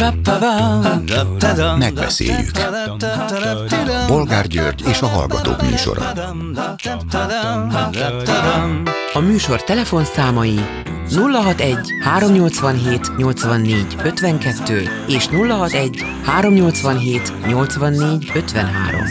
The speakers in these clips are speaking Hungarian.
Megbeszéljük. Bolgár György és a Hallgatók műsora. A műsor telefonszámai 061 387 84 52 és 061 387 84 53.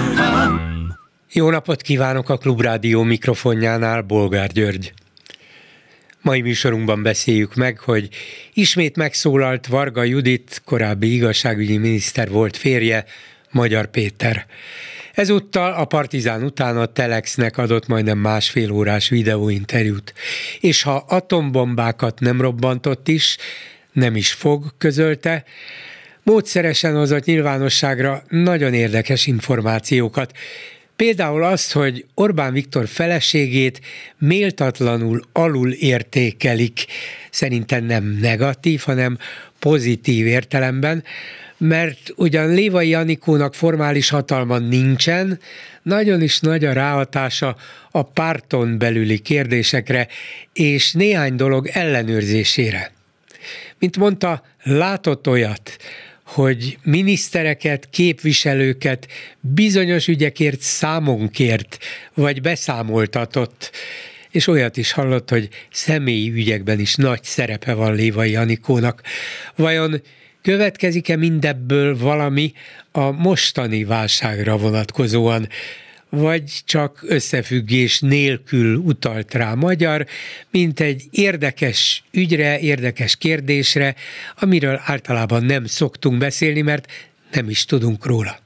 Jó napot kívánok a Klubrádió mikrofonjánál, Bolgár György. Mai műsorunkban beszéljük meg, hogy ismét megszólalt Varga Judit, korábbi igazságügyi miniszter volt férje, Magyar Péter. Ezúttal a Partizán után a Telexnek adott majdnem másfél órás videóinterjút. És ha atombombákat nem robbantott is, nem is fog, közölte, módszeresen hozott nyilvánosságra nagyon érdekes információkat. Például azt, hogy Orbán Viktor feleségét méltatlanul alul értékelik, szerintem nem negatív, hanem pozitív értelemben, mert ugyan Lévai Anikónak formális hatalma nincsen, nagyon is nagy a ráhatása a párton belüli kérdésekre és néhány dolog ellenőrzésére. Mint mondta, látott olyat, hogy minisztereket, képviselőket bizonyos ügyekért számon kért, vagy beszámoltatott, és olyat is hallott, hogy személyi ügyekben is nagy szerepe van Lévai Anikónak. Vajon következik-e mindebből valami a mostani válságra vonatkozóan, vagy csak összefüggés nélkül utalt rá Magyar, mint egy érdekes ügyre, érdekes kérdésre, amiről általában nem szoktunk beszélni, mert nem is tudunk róla.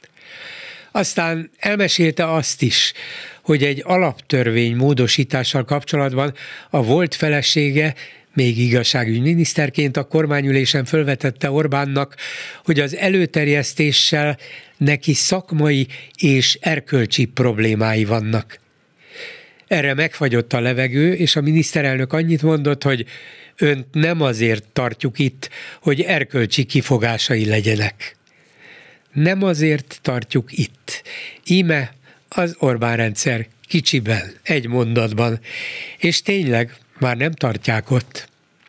Aztán elmesélte azt is, hogy egy alaptörvény módosítással kapcsolatban a volt felesége még igazságügyminiszterként a kormányülésen fölvetette Orbánnak, hogy az előterjesztéssel neki szakmai és erkölcsi problémái vannak. Erre megfagyott a levegő, és a miniszterelnök annyit mondott, hogy önt nem azért tartjuk itt, hogy erkölcsi kifogásai legyenek. Nem azért tartjuk itt. Íme az Orbán rendszer kicsiben, egy mondatban, és tényleg már nem tartják ott.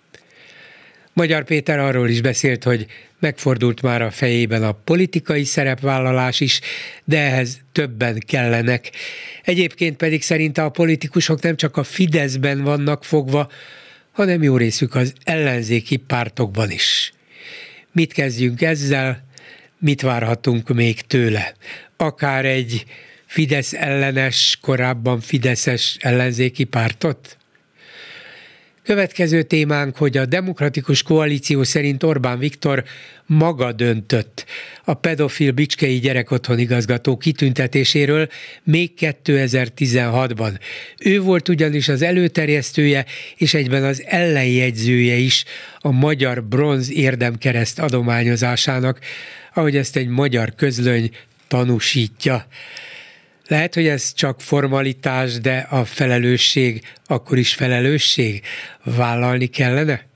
Magyar Péter arról is beszélt, hogy megfordult már a fejében a politikai szerepvállalás is, de ehhez többen kellenek. Egyébként pedig szerinte a politikusok nem csak a Fideszben vannak fogva, hanem jó részük az ellenzéki pártokban is. Mit kezdjünk ezzel? Mit várhatunk még tőle? Akár egy Fidesz ellenes, korábban fideszes ellenzéki pártot? Következő témánk, hogy a Demokratikus Koalíció szerint Orbán Viktor maga döntött a pedofil bicskei gyerekotthon igazgató kitüntetéséről még 2016-ban. Ő volt ugyanis az előterjesztője és egyben az ellenjegyzője is a Magyar Bronz Érdemkereszt adományozásának, ahogy ezt egy magyar közlöny tanúsítja. Lehet, hogy ez csak formalitás, de a felelősség akkor is felelősség? Vállalni kellene?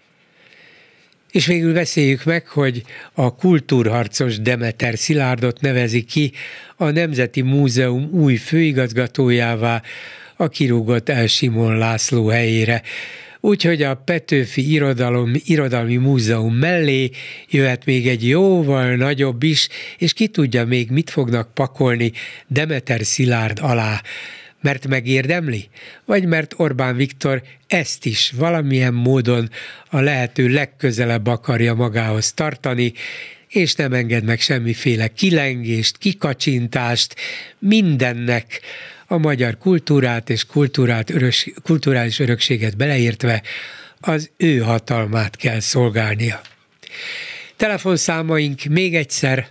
És végül beszéljük meg, hogy a kultúrharcos Demeter Szilárdot nevezi ki a Nemzeti Múzeum új főigazgatójává a kirúgott Elsimon László helyére. Úgyhogy a Petőfi Irodalmi Múzeum mellé jöhet még egy jóval nagyobb is, és ki tudja még mit fognak pakolni Demeter Szilárd alá. Mert megérdemli? Vagy mert Orbán Viktor ezt is valamilyen módon a lehető legközelebb akarja magához tartani, és nem enged meg semmiféle kilengést, kikacsintást, mindennek a magyar kultúrát és kulturális örökséget beleértve az ő hatalmát kell szolgálnia. Telefonszámaink még egyszer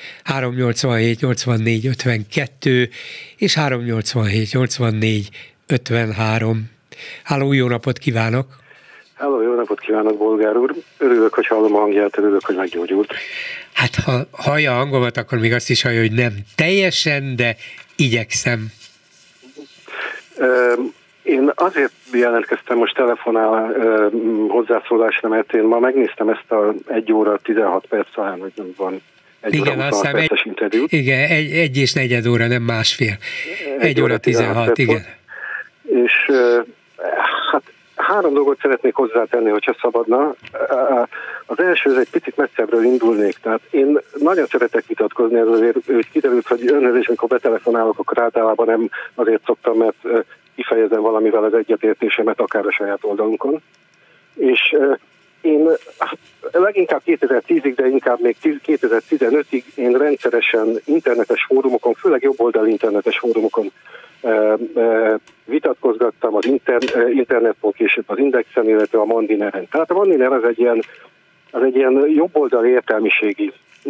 387 84 52 és 387 84 53. Háló, jó napot kívánok! Háló, jó napot kívánok, Bolgár úr! Örülök, hogy hallom a hangját, örülök, hogy meggyógyult. Hát ha hallja a hangomat, akkor még azt is hallja, hogy nem teljesen, de igyekszem. Én azért jelentkeztem most hozzászólásra, mert én ma megnéztem ezt a 1 óra 16 perc, talán, hogy nem van 1 óra 26 perces interjút. Igen, 1 és 4 óra, nem másfél. 1 óra 16, igen. És hát 3 dolgot szeretnék hozzátenni, hogyha szabadna. Az első, ez egy picit messzebbről indulnék. Tehát én nagyon szeretek vitatkozni, ez azért úgy kiderült, hogy önhez is, amikor betelefonálok, akkor általában nem azért szoktam, mert kifejezem valamivel az egyetértésemet, akár a saját oldalunkon. És én leginkább 2010-ig, de inkább még 2015-ig én rendszeresen internetes fórumokon, főleg jobboldali internetes fórumokon vitatkozgattam az interneton, később az Indexen, illetve a Mandineren. Tehát a Mandiner az egy ilyen jobboldali értelmiségi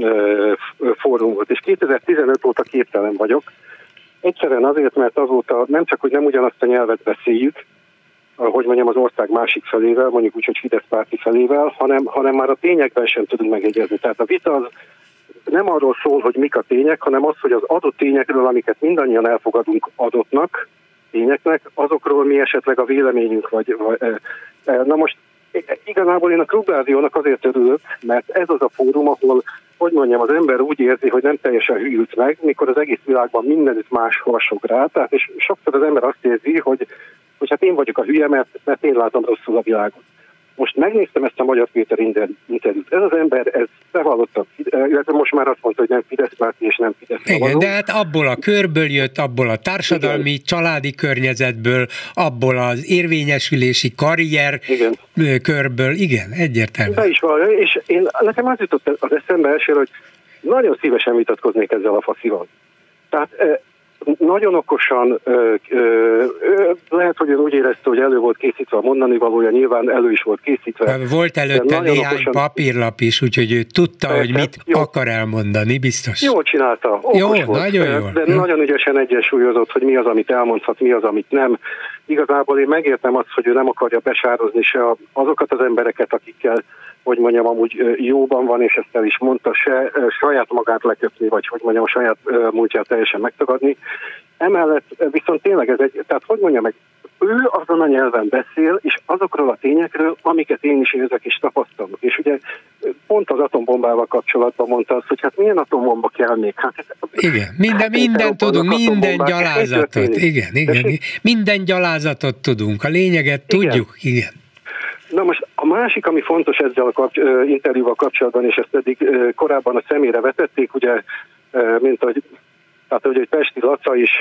fórum volt, és 2015 óta képtelen vagyok. Egyszerűen azért, mert azóta nem csak, hogy nem ugyanazt a nyelvet beszéljük, hogy mondjam, az ország másik felével, mondjuk úgy, hogy Fidesz párti felével, hanem már a tényekben sem tudunk megegyezni. Tehát a vita az nem arról szól, hogy mik a tények, hanem az, hogy az adott tényekről, amiket mindannyian elfogadunk adottnak, tényeknek, azokról mi esetleg a véleményünk vagy. Na most igazából én a Klubrádiónak azért örülök, mert ez az a fórum, ahol, hogy mondjam, az ember úgy érzi, hogy nem teljesen hűlt meg, mikor az egész világban mindenütt más harsog rá. Tehát és sokszor az ember azt érzi, hogy hát én vagyok a hülye, mert én látom rosszul a világot. Most megnéztem ezt a Magyar Péter interjút. Ez az ember, ez bevallotta, illetve most már azt mondta, hogy nem Fidesz párti és nem Fidesz szavazó. Igen, de hát abból a körből jött, abból a társadalmi, igen, családi környezetből, abból az érvényesülési karrier, igen, körből, igen, egyértelmű. De is van, és nekem az jutott az eszembe elsőre, hogy nagyon szívesen vitatkoznék ezzel a faszival. Tehát nagyon okosan, lehet, hogy ön úgy érezte, hogy elő volt készítve a mondani valója, nyilván elő is volt készítve. Volt előtte néhány papírlap is, úgyhogy ő tudta, hogy mit akar elmondani, biztos. Jól csinálta, okos volt, nagyon jól. De nagyon ügyesen egyensúlyozott, hogy mi az, amit elmondhat, mi az, amit nem. Igazából én megértem azt, hogy ő nem akarja besározni se azokat az embereket, akikkel, hogy mondjam, amúgy jóban van, és ezt el is mondta, se saját magát leköpni, vagy hogy mondjam, a saját múltját teljesen megtagadni. Emellett viszont tényleg ez tehát hogy mondjam meg, ő azon a nyelven beszél, és azokról a tényekről, amiket én is érzek és tapasztalok. És ugye pont az atombombával kapcsolatban mondta azt, hogy hát milyen atombomba kell még? Igen, minden tudunk, minden gyalázatot. Igen, minden gyalázatot tudunk, a lényeget tudjuk, igen. Na most a másik, ami fontos ezzel a interjúval kapcsolatban, és ezt eddig korábban a szemére vetették, ugye, mint hogy Pesti Laca is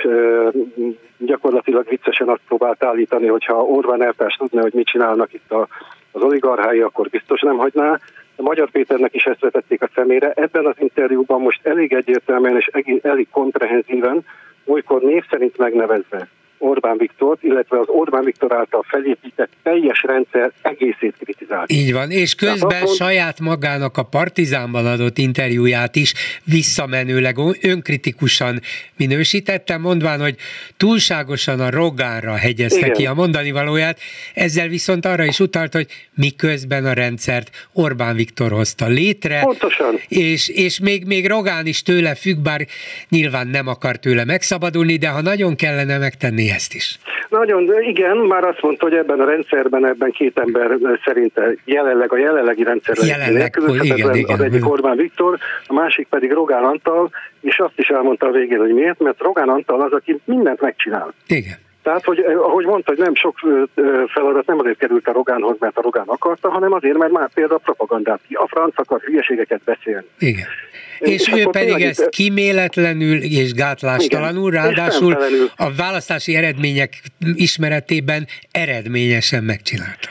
gyakorlatilag viccesen azt próbált állítani, hogyha Orbán elvtárs tudna, hogy mit csinálnak itt az oligarchái, akkor biztos nem hagyná. A Magyar Péternek is ezt vetették a szemére. Ebben az interjúban most elég egyértelműen és elég komprehenzíven, olykor név szerint megnevezve Orbán Viktort, illetve az Orbán Viktor által felépített teljes rendszer egészét kritizált. Így van, és közben saját magának a Partizánban adott interjúját is visszamenőleg önkritikusan minősítette, mondván, hogy túlságosan a Rogánra hegyezte ki a mondani valóját, ezzel viszont arra is utalt, hogy miközben a rendszert Orbán Viktor hozta létre. Pontosan. És még Rogán is tőle függ, bár nyilván nem akar tőle megszabadulni, de ha nagyon kellene, megtenni ezt is. Nagyon, igen, már azt mondta, hogy ebben a rendszerben, ebben két ember szerinte a jelenlegi rendszerben az egyik Orbán Viktor, a másik pedig Rogán Antal, és azt is elmondta a végén, hogy miért, mert Rogán Antal az, aki mindent megcsinál. Igen. Tehát, hogy ahogy mondta, hogy nem sok feladat nem azért került a Rogánhoz, mert a Rogán akarta, hanem azért, mert már például a propagandát a franc akar hülyeségeket beszélni. Igen. És ő pedig ezt kíméletlenül és gátlástalanul, ráadásul a választási eredmények ismeretében eredményesen megcsinálta.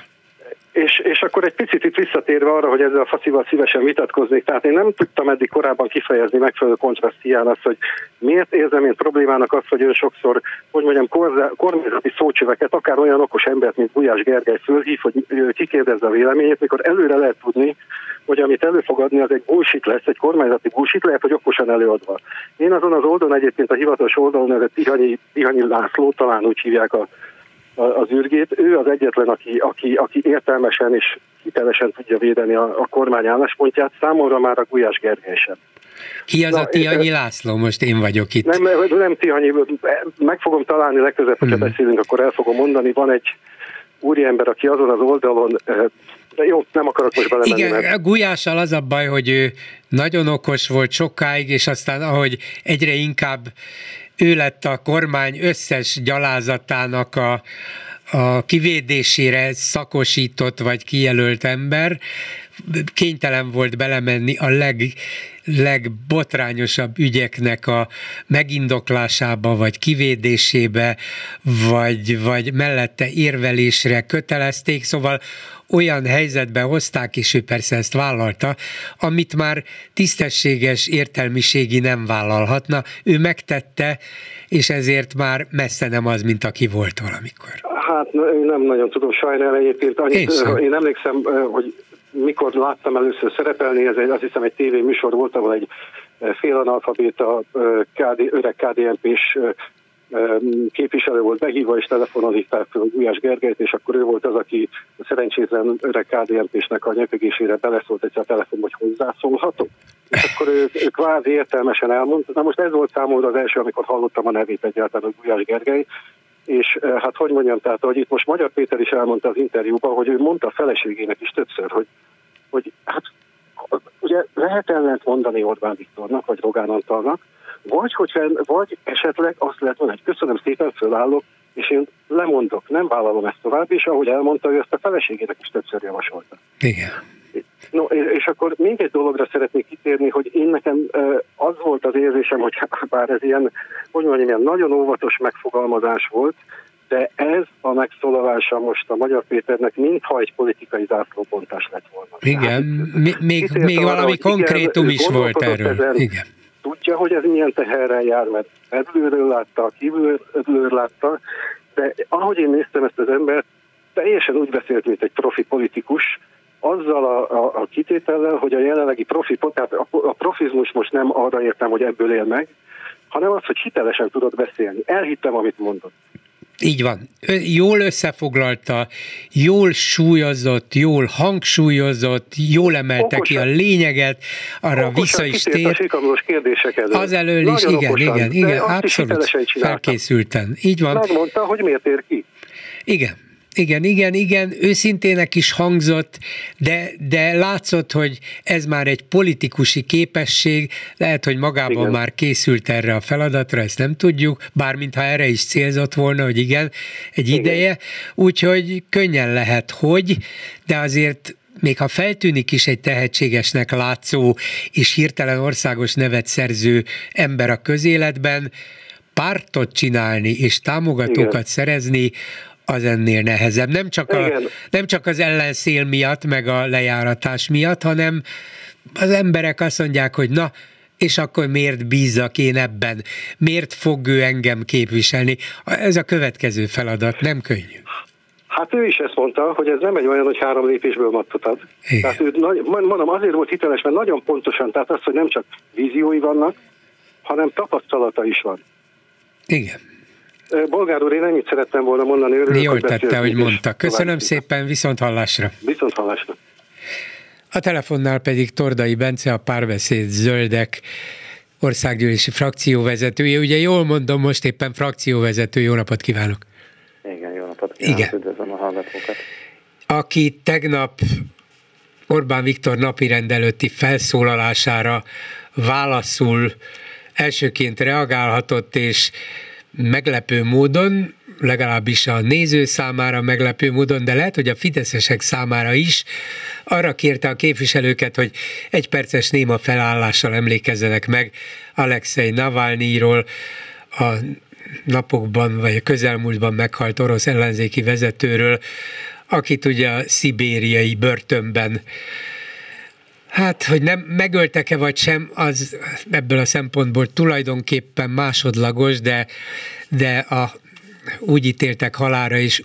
És akkor egy picit itt visszatérve arra, hogy ezzel a faszival szívesen vitatkoznék, tehát én nem tudtam eddig korábban kifejezni megfelelő kontrasztján azt, hogy miért érzem én problémának azt, hogy ön sokszor, hogy mondjam, kormányzati szócsöveket, akár olyan okos embert, mint Gulyás Gergely fölhív, hogy kikérdezze a véleményét, mikor előre lehet tudni, hogy amit elő fog adni, az egy bullshit lesz, egy kormányzati bullshit, lehet, hogy okosan előadva. Én azon az oldalon egyébként a hivatalos oldalon, ez Tihanyi László, talán úgy hívják az űrgét, ő az egyetlen, aki értelmesen és hitelesen tudja védeni a kormány álláspontját, számomra már a Gulyás Gergely sem. Ki az a Tihanyi László? Most én vagyok itt. Nem Tihanyi, meg fogom találni legközelebb, hogyha beszélünk, akkor el fogom mondani. Van egy úriember, aki azon az oldalon, jó, nem akarok most belemenni. Igen, Gulyással az a baj, hogy ő nagyon okos volt sokáig, és aztán ahogy egyre inkább ő lett a kormány összes gyalázatának a kivédésére szakosított vagy kijelölt ember kénytelen volt belemenni a legbotrányosabb ügyeknek a megindoklásába, vagy kivédésébe, vagy mellette érvelésre kötelezték, szóval olyan helyzetbe hozták, és ő persze ezt vállalta, amit már tisztességes értelmiségi nem vállalhatna. Ő megtette, és ezért már messze nem az, mint aki volt valamikor. Hát nem nagyon tudom sajnálni egyébként. Én emlékszem, hogy mikor láttam először szerepelni, ez azt hiszem egy tévéműsor volt, ahol egy félanalfabéta öreg KDNP-s képviselő volt behívva, és telefonon hívták fel Gulyás Gergelyt, és akkor ő volt az, aki a szerencsétlen öreg KDNP-snek a nyökögésére beleszólt egyszer a telefonba, hogy hozzászólhatok. És akkor ő kvázi értelmesen elmondta. Na most ez volt számomra az első, amikor hallottam a nevét egyáltalán, hogy Gulyás Gergely, és hát hogy mondjam, tehát hogy itt most Magyar Péter is elmondta az interjúban, hogy ő mondta a feleségének is többször, hogy hát ugye lehet ellent mondani Orbán Viktornak, vagy Rogán Antalnak, vagy esetleg azt lehet mondani, hogy köszönöm szépen, fölállok, és én lemondok, nem vállalom ezt tovább, és ahogy elmondta, ő ezt a feleségének is többször javasolta. Igen. No, és akkor még egy dologra szeretnék kitérni, hogy én nekem az volt az érzésem, hogy bár ez ilyen, hogy mondjam, ilyen nagyon óvatos megfogalmazás volt, de ez a megszólalása most a Magyar Péternek mintha egy politikai zászlópontás lett volna. Igen, még valami konkrétum is volt erről. Ezen, igen. Tudja, hogy ez milyen teherrel jár, mert belülről látta, kívülről látta, de ahogy én néztem ezt az embert, teljesen úgy beszélt, mint egy profi politikus, azzal a kitétellel, hogy a jelenlegi tehát a profizmus most nem arra értem, hogy ebből él meg, hanem az, hogy hitelesen tudod beszélni. Elhittem, amit mondott. Így van. Jól összefoglalta, jól súlyozott, jól hangsúlyozott, jól emelte okosan ki a lényeget, arra vissza is tér. Az elől is, igen, abszolút felkészülten. Így van. Megmondta, hogy miért ér ki. Igen, őszintének is hangzott, de látszott, hogy ez már egy politikusi képesség, lehet, hogy magában már készült erre a feladatra, ezt nem tudjuk, bár mintha erre is célzott volna, hogy igen, egy ideje, úgyhogy könnyen lehet, de azért még ha feltűnik is egy tehetségesnek látszó és hirtelen országos nevet szerző ember a közéletben, pártot csinálni és támogatókat szerezni, az ennél nehezebb. Nem csak az ellenszél miatt, meg a lejáratás miatt, hanem az emberek azt mondják, hogy na, és akkor miért bízzak én ebben? Miért fog ő engem képviselni? Ez a következő feladat, nem könnyű. Hát ő is ezt mondta, hogy ez nem egy olyan, hogy 3 lépésből mattot ad. Tehát ő, mondom, azért volt hiteles, mert nagyon pontosan, tehát az, hogy nem csak víziói vannak, hanem tapasztalata is van. Igen. Bolgár úr, én ennyit szerettem volna mondani. Örülök, jól tette, hogy mondta. Köszönöm szépen, viszont hallásra. Viszont hallásra. A telefonnál pedig Tordai Bence, a Párbeszéd Zöldek országgyűlési frakcióvezetője. Ugye jól mondom, most éppen frakcióvezető. Jó napot kívánok! Igen, jó napot kívánok, üdvözlöm a hallgatókat. Aki tegnap Orbán Viktor napirend előtti felszólalására válaszul elsőként reagálhatott, és meglepő módon, legalábbis a néző számára meglepő módon, de lehet, hogy a fideszesek számára is arra kérte a képviselőket, hogy 1 perces néma felállással emlékezzenek meg Alexei Navalnyijról, a napokban vagy a közelmúltban meghalt orosz ellenzéki vezetőről, akit ugye a szibériai börtönben, hát, hogy nem megöltek-e vagy sem, az ebből a szempontból tulajdonképpen másodlagos, de úgy ítéltek halálra, és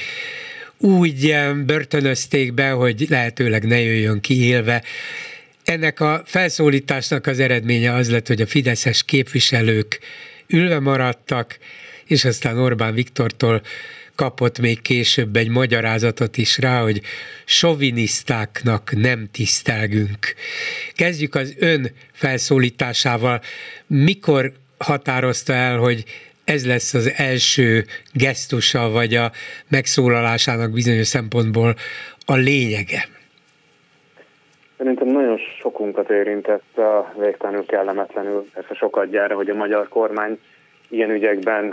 úgy börtönözték be, hogy lehetőleg ne jöjjön ki élve. Ennek a felszólításnak az eredménye az lett, hogy a fideszes képviselők ülve maradtak, és aztán Orbán Viktortól kapott még később egy magyarázatot is rá, hogy sovinisztáknak nem tisztelgünk. Kezdjük az ön felszólításával. Mikor határozta el, hogy ez lesz az első gesztusa, vagy a megszólalásának bizonyos szempontból a lényege? Szerintem nagyon sokunkat érintett a végtelenül kellemetlenül, persze sokat gyára, hogy a magyar kormány ilyen ügyekben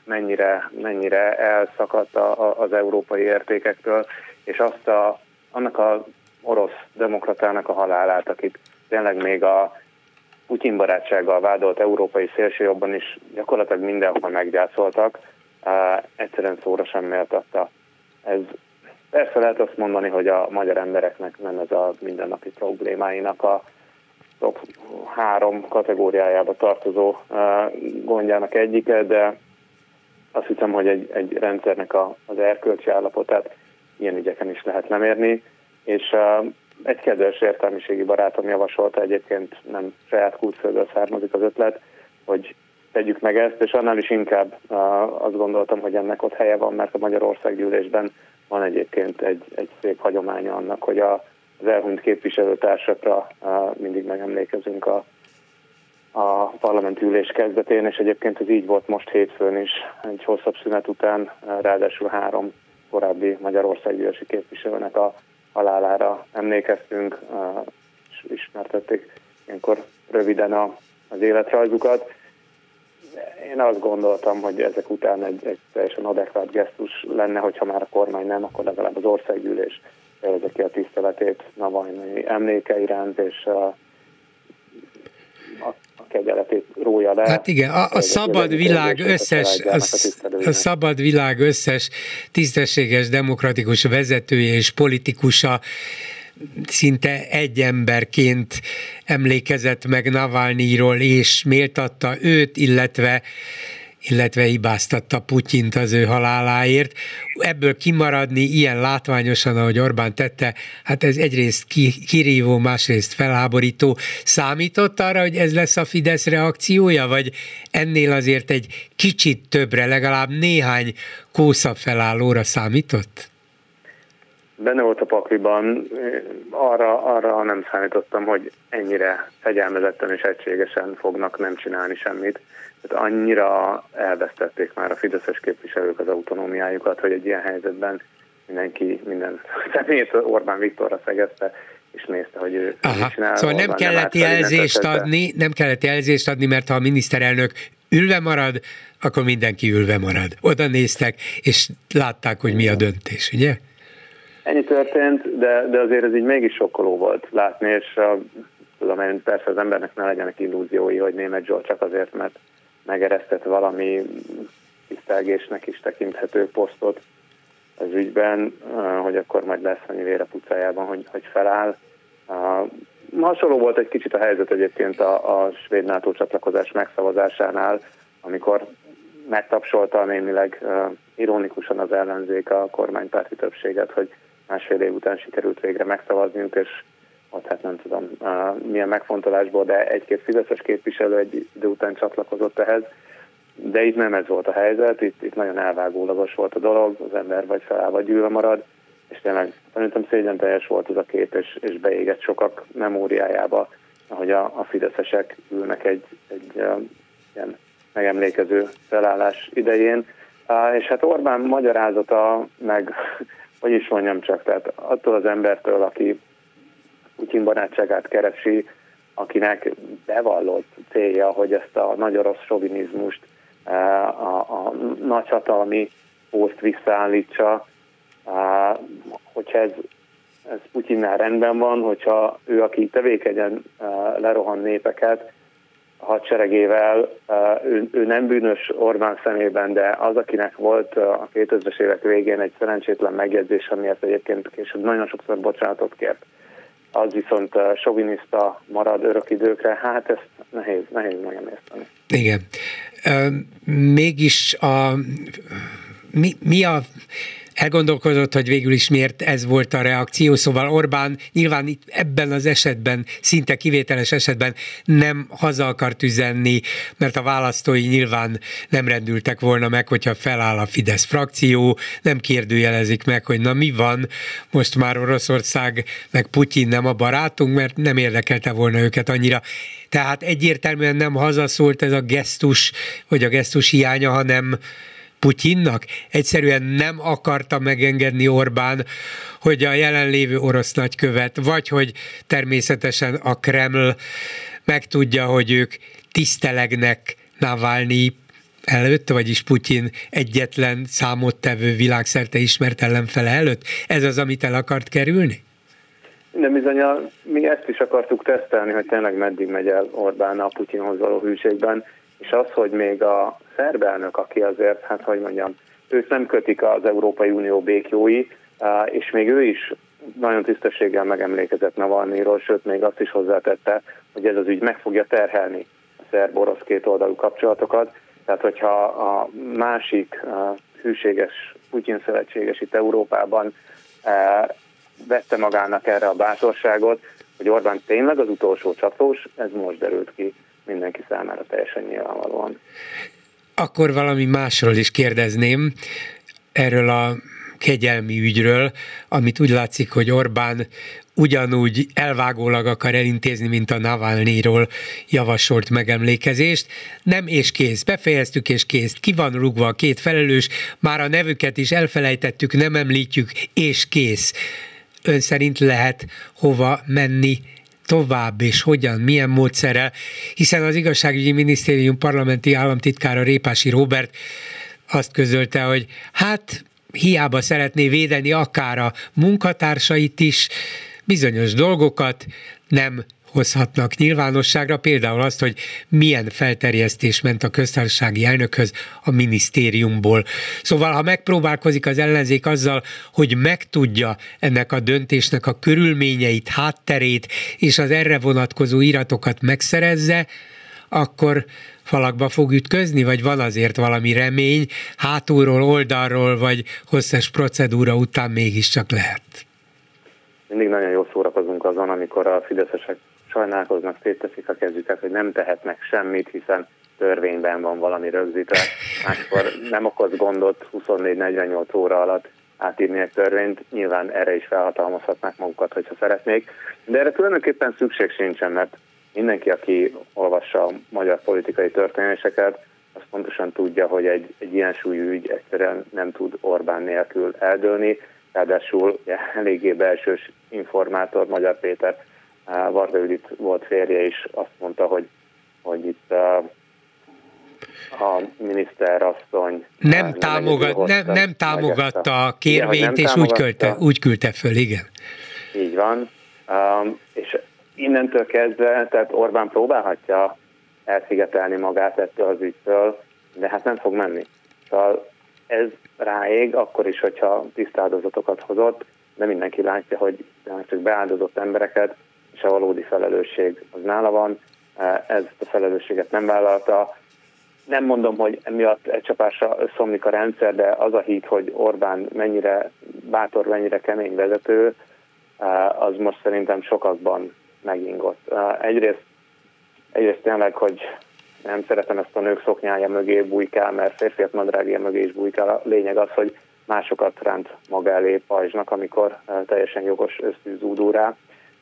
mennyire elszakadt az európai értékektől, és annak a orosz demokratának a halálát, akit tényleg még a Putyin barátsággal vádolt európai szélsőjobban is gyakorlatilag mindenhol meggyászoltak, egyszerűen szóra sem méltatta. Ez persze lehet azt mondani, hogy a magyar embereknek nem ez a mindennapi problémáinak a top 3 kategóriájába tartozó gondjának egyike, de azt hiszem, hogy egy rendszernek az erkölcsi állapotát ilyen ügyeken is lehet lemérni, és egy kedves értelmiségi barátom javasolta, egyébként nem saját Kulcsföldről származik az ötlet, hogy tegyük meg ezt, és annál is inkább azt gondoltam, hogy ennek ott helye van, mert a Magyarországgyűlésben van egyébként egy szép hagyománya annak, hogy az elhunyt képviselőtársakra mindig megemlékezünk a parlamenti ülés kezdetén, és egyébként ez így volt most hétfőn is, egy hosszabb szünet után, ráadásul 3 korábbi Magyarországgyűlési képviselőnek a halálára emlékeztünk, és ismertették ilyenkor röviden az életrajzukat. Én azt gondoltam, hogy ezek után egy teljesen adekvát gesztus lenne, hogyha már a kormány nem, akkor legalább az országgyűlés fejezze ki a tiszteletét Navalnyi emléke iránt, és a kegyeletét rója le. Hát igen, a szabad világ összes tisztességes, demokratikus vezetője és politikusa szinte egy emberként emlékezett meg Navalnyiról, és méltatta őt, illetve hibáztatta Putyint az ő haláláért. Ebből kimaradni ilyen látványosan, ahogy Orbán tette, hát ez egyrészt kirívó, másrészt felháborító. Számított arra, hogy ez lesz a Fidesz reakciója, vagy ennél azért egy kicsit többre, legalább néhány kósza felállóra számított? Benne volt a pakliban, arra nem számítottam, hogy ennyire fegyelmezetten és egységesen fognak nem csinálni semmit. Tehát annyira elvesztették már a fideszes képviselők az autonómiájukat, hogy egy ilyen helyzetben minden személyét Orbán Viktorra szegezte, és nézte, hogy ő csinál. Szóval nem kellett jelzést adni, mert ha a miniszterelnök ülve marad, akkor mindenki ülve marad. Oda néztek, és látták, hogy mi a döntés, ugye? Ennyi történt, de azért ez így mégis sokkoló volt látni, és tudom én, persze az embernek ne legyenek illúziói, hogy Németh Zsolt csak azért, mert megeresztett valami tisztelgésnek is tekinthető posztot az ügyben, hogy akkor majd lesz annyi vére pucájában, hogy feláll. Hasonló volt egy kicsit a helyzet egyébként a svéd NATO csatlakozás megszavazásánál, amikor megtapsolta némileg ironikusan az ellenzék a kormánypárti többséget, hogy másfél év után sikerült végre megszavazniuk, és ott hát nem tudom milyen megfontolásból, de egy-két fideszes képviselő egy idő után csatlakozott ehhez. De itt nem ez volt a helyzet, itt nagyon elvágólagos volt a dolog, az ember vagy feláll, vagy ülve marad, és tényleg szerintem szégyenteljes volt az a kép, és beégett sokak memóriájába, ahogy a fideszesek ülnek egy ilyen megemlékező felállás idején. És hát Orbán magyarázata, meg hogy is mondjam csak, tehát attól az embertől, aki Putyin barátságát keresi, akinek bevallott célja, hogy ezt a nagy orosz sovinizmust, a nagyhatalmi pószt visszaállítsa, hogyha ez Putyinnál rendben van, hogyha ő, aki tevékenyen lerohan népeket a hadseregével, ő nem bűnös Orbán szemében, de az, akinek volt a 2000-es évek végén egy szerencsétlen megjegyzés, amiért egyébként később nagyon sokszor bocsánatot kért, az viszont soviniszta marad örök időkre, hát ezt nehéz megemészteni. Igen. Mégis mi a elgondolkodott, hogy végül is miért ez volt a reakció, szóval Orbán nyilván itt ebben az esetben, szinte kivételes esetben nem haza akart üzenni, mert a választói nyilván nem rendültek volna meg, hogyha feláll a Fidesz frakció, nem kérdőjelezik meg, hogy na mi van, most már Oroszország meg Putyin nem a barátunk, mert nem érdekelte volna őket annyira. Tehát egyértelműen nem hazaszólt ez a gesztus, vagy a gesztus hiánya, hanem Putyinnak? Egyszerűen nem akarta megengedni Orbán, hogy a jelenlévő orosz nagykövet, vagy hogy természetesen a Kreml megtudja, hogy ők tisztelegnek Navalnyi előtt, vagyis Putyin egyetlen számottevő világszerte ismert ellenfele előtt? Ez az, amit el akart kerülni? De bizony, mi ezt is akartuk tesztelni, hogy tényleg meddig megy el Orbán a Putyinhoz való hűségben, és az, hogy még a szerb elnök, aki azért, hát hogy mondjam, őt nem kötik az Európai Unió békjói, és még ő is nagyon tisztességgel megemlékezett Navalnyiról, sőt még azt is hozzátette, hogy ez az ügy meg fogja terhelni a szerb-orosz kétoldalú kapcsolatokat. Tehát, hogyha a másik hűséges Putyin szövetséges itt Európában vette magának erre a bátorságot, hogy Orbán tényleg az utolsó csatlós, ez most derült ki mindenki számára teljesen nyilvánvalóan. Akkor valami másról is kérdezném, erről a kegyelmi ügyről, amit úgy látszik, hogy Orbán ugyanúgy elvágólag akar elintézni, mint a Navalnyiról javasolt megemlékezést. Nem és kész, befejeztük és kész, ki van rúgva a két felelős, már a nevüket is elfelejtettük, nem említjük, és kész. Ön szerint lehet hova menni tovább, és hogyan, milyen módszerrel, hiszen az Igazságügyi Minisztérium parlamenti államtitkára Répási Róbert azt közölte, hogy hát hiába szeretné védeni akár a munkatársait is, bizonyos dolgokat nem hozhatnak nyilvánosságra, például azt, hogy milyen felterjesztés ment a köztársasági elnökhöz a minisztériumból. Szóval, ha megpróbálkozik az ellenzék azzal, hogy megtudja ennek a döntésnek a körülményeit, hátterét, és az erre vonatkozó iratokat megszerezze, akkor falakba fog ütközni, vagy van azért valami remény, hátulról, oldalról, vagy hosszas procedúra után mégiscsak lehet? Mindig nagyon jól szórakozunk azon, amikor a fideszesek sajnálkoznak, szétteszik a kezüket, hogy nem tehetnek semmit, hiszen törvényben van valami rögzítve. Máskor nem okoz gondot 24-48 óra alatt átírni egy törvényt, nyilván erre is felhatalmazhatnák magukat, hogyha szeretnék. De erre tulajdonképpen szükség sincsen, mert mindenki, aki olvassa a magyar politikai történéseket, az pontosan tudja, hogy egy ilyen súlyú ügy egyszerűen nem tud Orbán nélkül eldőlni. Ráadásul eléggé belsős informátor, Magyar Péter, Varga Judit volt férje is, azt mondta, hogy itt a miniszterasszony nem támogatta a kérvényt, és úgy küldte föl, igen. Így van, és innentől kezdve, tehát Orbán próbálhatja elszigetelni magát ettől az ügytől, de hát nem fog menni. Szóval ez ráég, akkor is, hogyha tisztáldozatokat hozott, de mindenki látja, hogy csak beáldozott embereket, és a valódi felelősség az nála van, ezt a felelősséget nem vállalta. Nem mondom, hogy emiatt egy csapásra szomlik a rendszer, de az a hit, hogy Orbán mennyire bátor, mennyire kemény vezető, az most szerintem sokakban megingott. Egyrészt tényleg, hogy nem szeretem ezt a nők szoknyája mögé bujkál, mert férfiak nadrágja mögé is bujkál. A lényeg az, hogy másokat ránt maga elé pajzsnak, amikor teljesen jogos ösztű zúdul rá.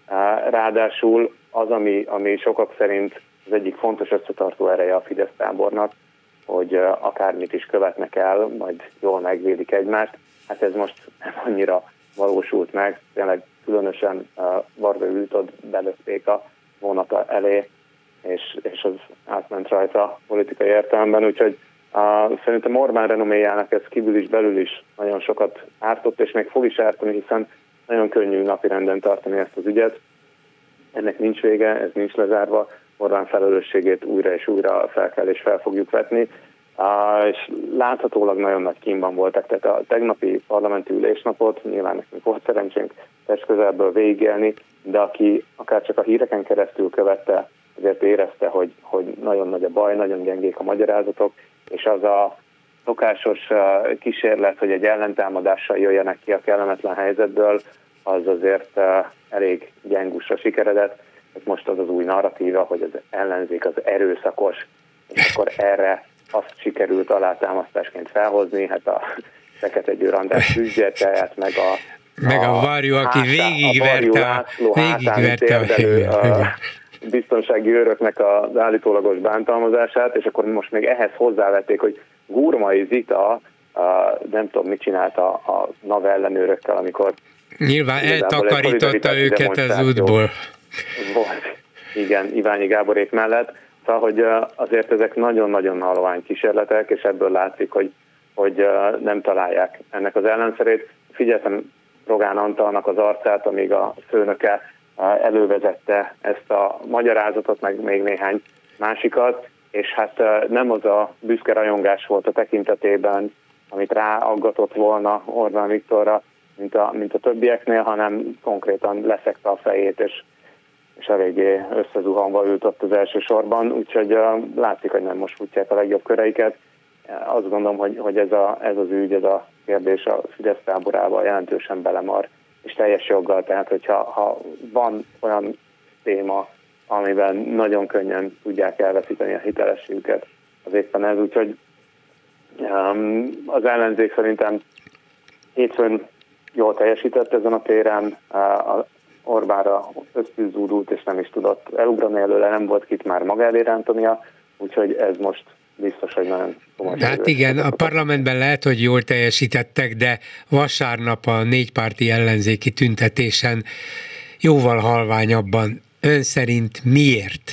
Ráadásul az, ami sokak szerint az egyik fontos összetartó ereje a Fidesz tábornak, hogy akármit is követnek el, majd jól megvédik egymást. Hát ez most nem annyira valósult meg, tényleg különösen Varga Juditot belökték a vonata elé, és az átment rajta politikai értelemben, úgyhogy szerintem Orbán renoméjának ez kívül is, belül is nagyon sokat ártott, és még fog is ártani, hiszen nagyon könnyű napirenden tartani ezt az ügyet. Ennek nincs vége, ez nincs lezárva, Orbán felelősségét újra és újra fel kell és fel fogjuk vetni, és láthatólag nagyon nagy kínban voltak, tehát a tegnapi parlamenti ülésnapot nyilván nekünk volt szerencsénk testközelből végigélni, de aki akár csak a híreken keresztül követte, azért érezte, hogy nagyon nagy a baj, nagyon gyengék a magyarázatok, és az a szokásos kísérlet, hogy egy ellentámadással jöjjenek ki a kellemetlen helyzetből, az azért elég gyengusra sikeredett. Most az az új narratíva, hogy az ellenzék az erőszakos, és akkor erre azt sikerült alátámasztásként felhozni, hát a Fekete Győr András tűzgyertyáját, meg a Varjú, aki végigverte a biztonsági őröknek az állítólagos bántalmazását, és akkor most még ehhez hozzávették, hogy Gurmai Zita nem tudom, mit csinálta a NAV ellenőrökkel, amikor nyilván eltakarította őket az útból. Volt, igen, Iványi Gáborék mellett. Szóval, hogy azért ezek nagyon-nagyon halvány kísérletek, és ebből látszik, hogy nem találják ennek az ellenszerét. Figyeltem Rogán Antalnak az arcát, amíg a főnöke elővezette ezt a magyarázatot, meg még néhány másikat, és hát nem az a büszke rajongás volt a tekintetében, amit ráaggatott volna Orbán Viktorra, mint a többieknél, hanem konkrétan leszekte a fejét, és eléggé összezuhanva ült ott az első sorban, úgyhogy látszik, hogy nem most futják a legjobb köreiket. Azt gondolom, hogy ez az ügy, ez a kérdés a Fidesz táborában jelentősen belemar, és teljes joggal, tehát hogyha van olyan téma, amiben nagyon könnyen tudják elveszíteni a hitelességüket, az éppen ez, úgyhogy az ellenzék szerintem hétfőn jól teljesített ezen a téren, Orbánra összűzúdult, és nem is tudott elugrani előle, nem volt kit már maga elé rántania, úgyhogy ez most biztos, hogy nagyon komoly. Hát igen, a parlamentben lehet, hogy jól teljesítettek, de vasárnap a négypárti ellenzéki tüntetésen jóval halványabban. Ön szerint miért?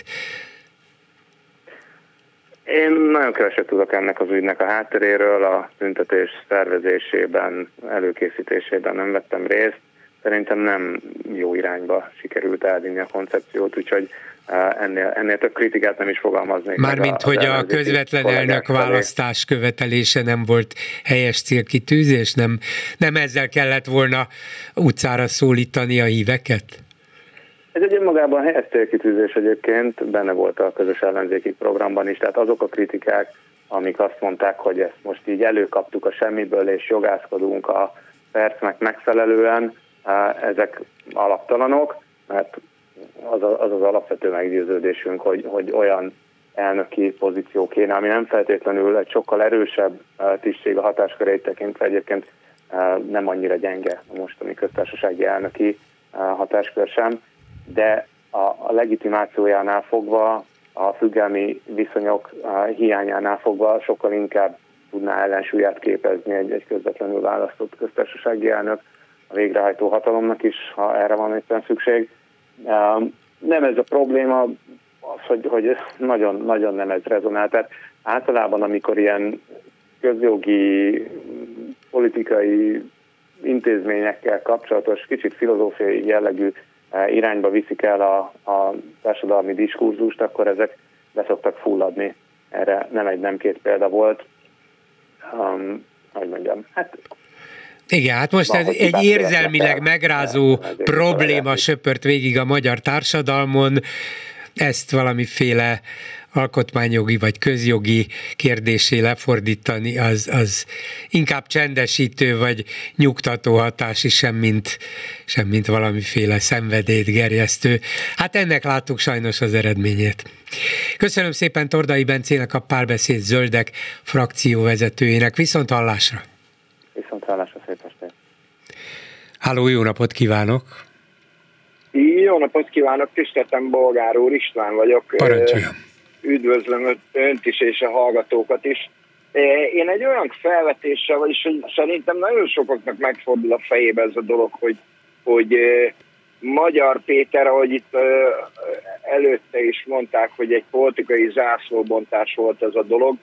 Én nagyon keveset tudok ennek az ügynek a hátteréről, a tüntetés szervezésében, előkészítésében nem vettem részt. Szerintem nem jó irányba sikerült elvinni a koncepciót, úgyhogy ennél több kritikát nem is fogalmaznék. Mármint, hogy a közvetlen elnökválasztás követelése nem volt helyes célkitűzés? Nem ezzel kellett volna utcára szólítani a híveket? Ez egy önmagában helyes célkitűzés egyébként, benne volt a közös ellenzéki programban is, tehát azok a kritikák, amik azt mondták, hogy ezt most így előkaptuk a semmiből, és jogászkodunk a percnek megfelelően, ezek alaptalanok, mert az alapvető meggyőződésünk, hogy olyan elnöki pozíció kéne, ami nem feltétlenül egy sokkal erősebb tisztség a hatáskörét tekintve, egyébként nem annyira gyenge a mostani köztársasági elnöki hatáskör sem, de a legitimációjánál fogva, a függelmi viszonyok hiányánál fogva sokkal inkább tudná ellensúlyát képezni egy közvetlenül választott köztársasági elnök a végrehajtó hatalomnak is, ha erre van éppen szükség. Nem ez a probléma, az, hogy nagyon nem ez rezonál. Tehát általában, amikor ilyen közjogi, politikai intézményekkel kapcsolatos, kicsit filozófiai jellegű irányba viszik el a társadalmi diskurzust, akkor ezek be szoktak fulladni. Erre nem egy, nem két példa volt. Hogy mondjam, hát... Igen, hát most ez egy érzelmileg megrázó probléma söpört végig a magyar társadalmon, ezt valamiféle alkotmányjogi vagy közjogi kérdésé lefordítani, az inkább csendesítő vagy nyugtató hatás is, semmint valamiféle szenvedélyt gerjesztő. Hát ennek láttuk sajnos az eredményét. Köszönöm szépen Tordai Bencének, a Párbeszéd Zöldek frakcióvezetőjének. Viszont hallásra! Viszont hallásra, szép estét! Halló, jó napot kívánok! Jó napot kívánok, tiszteltem, Bolgár úr, István vagyok. Parancsoljon! Üdvözlöm önt is és a hallgatókat is. Én egy olyan felvetéssel, vagyis hogy szerintem nagyon sokaknak megfordul a fejébe ez a dolog, hogy Magyar Péter, ahogy itt előtte is mondták, hogy egy politikai zászlóbontás volt ez a dolog.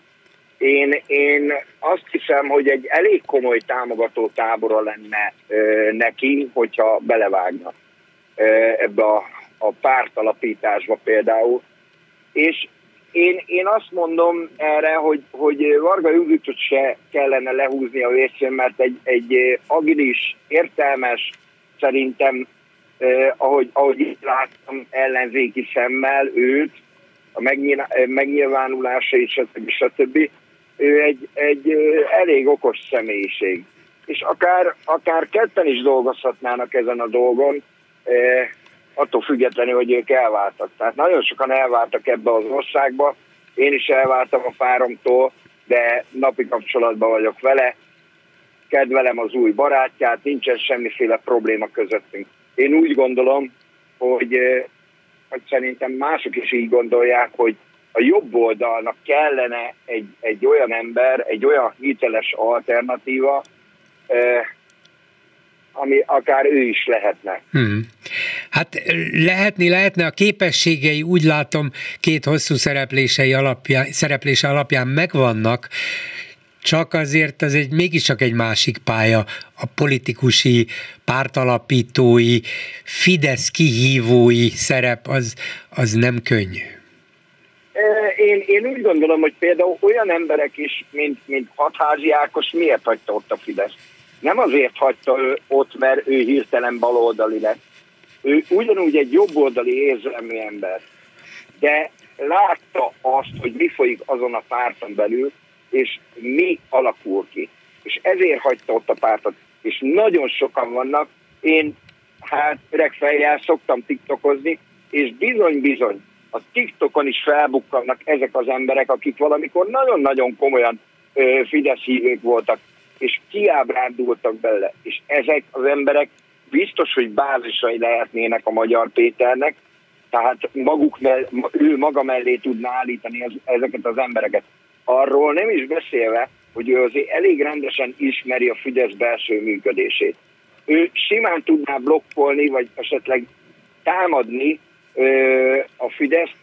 Én azt hiszem, hogy egy elég komoly támogató tábora lenne neki, hogyha belevágna ebbe a pártalapításba például. És én azt mondom erre, hogy Varga Juditot se kellene lehúzni a vészén, mert egy agilis, értelmes, szerintem, ahogy itt láttam ellenzéki szemmel őt, a megnyilvánulása és stb. Ő egy elég okos személyiség. És akár ketten is dolgozhatnának ezen a dolgon, attól függetlenül, hogy ők elváltak. Tehát nagyon sokan elváltak ebbe az országba, én is elváltam a páromtól, de napi kapcsolatban vagyok vele, kedvelem az új barátját, nincsen semmiféle probléma közöttünk. Én úgy gondolom, hogy szerintem mások is így gondolják, hogy a jobb oldalnak kellene egy olyan ember, egy olyan hiteles alternatíva, ami akár ő is lehetne. Hát lehetne, a képességei úgy látom két hosszú szereplése alapján megvannak, csak azért az mégiscsak egy másik pálya, a politikusi, pártalapítói, Fidesz kihívói szerep, az nem könnyű. Én úgy gondolom, hogy például olyan emberek is, mint Hatházi Ákos, miért hagyta ott a Fidesz? Nem azért hagyta ő ott, mert ő hirtelen baloldali lett. Ő ugyanúgy egy jobboldali érzelmű ember, de látta azt, hogy mi folyik azon a párton belül, és mi alakul ki. És ezért hagyta ott a pártot. És nagyon sokan vannak, én öregfejjel szoktam tiktokozni, és bizony, a TikTokon is felbukkannak ezek az emberek, akik valamikor nagyon-nagyon komolyan Fidesz hívők voltak, és kiábrándultak bele. És ezek az emberek biztos, hogy bázisai lehetnének a Magyar Péternek, tehát ő maga mellé tudná állítani ezeket az embereket. Arról nem is beszélve, hogy ő azért elég rendesen ismeri a Fidesz belső működését. Ő simán tudná blokkolni, vagy esetleg támadni a Fideszt.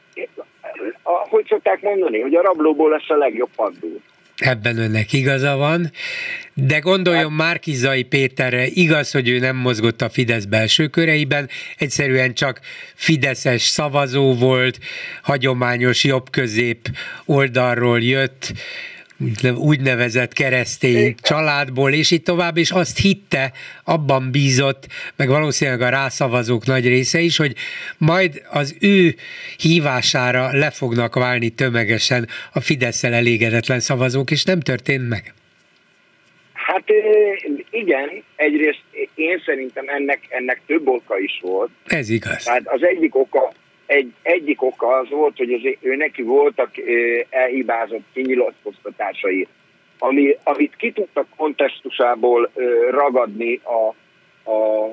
Hogy szokták mondani, hogy a rablóból lesz a legjobb paddul. Ebben önnek igaza van, de gondoljon Márki-Zay Péterre, igaz, hogy ő nem mozgott a Fidesz belső köreiben, egyszerűen csak fideszes szavazó volt, hagyományos jobb-közép oldalról jött, úgynevezett keresztény családból, és így tovább, és azt hitte, abban bízott, meg valószínűleg a rászavazók nagy része is, hogy majd az ő hívására le fognak válni tömegesen a Fidesszel elégedetlen szavazók, és nem történt meg. Hát igen, egyrészt én szerintem ennek több oka is volt. Ez igaz. Tehát az egyik oka az volt, hogy ő neki voltak elhibázott kinyilatkoztatásai, amit ki tudtak kontextusából ragadni a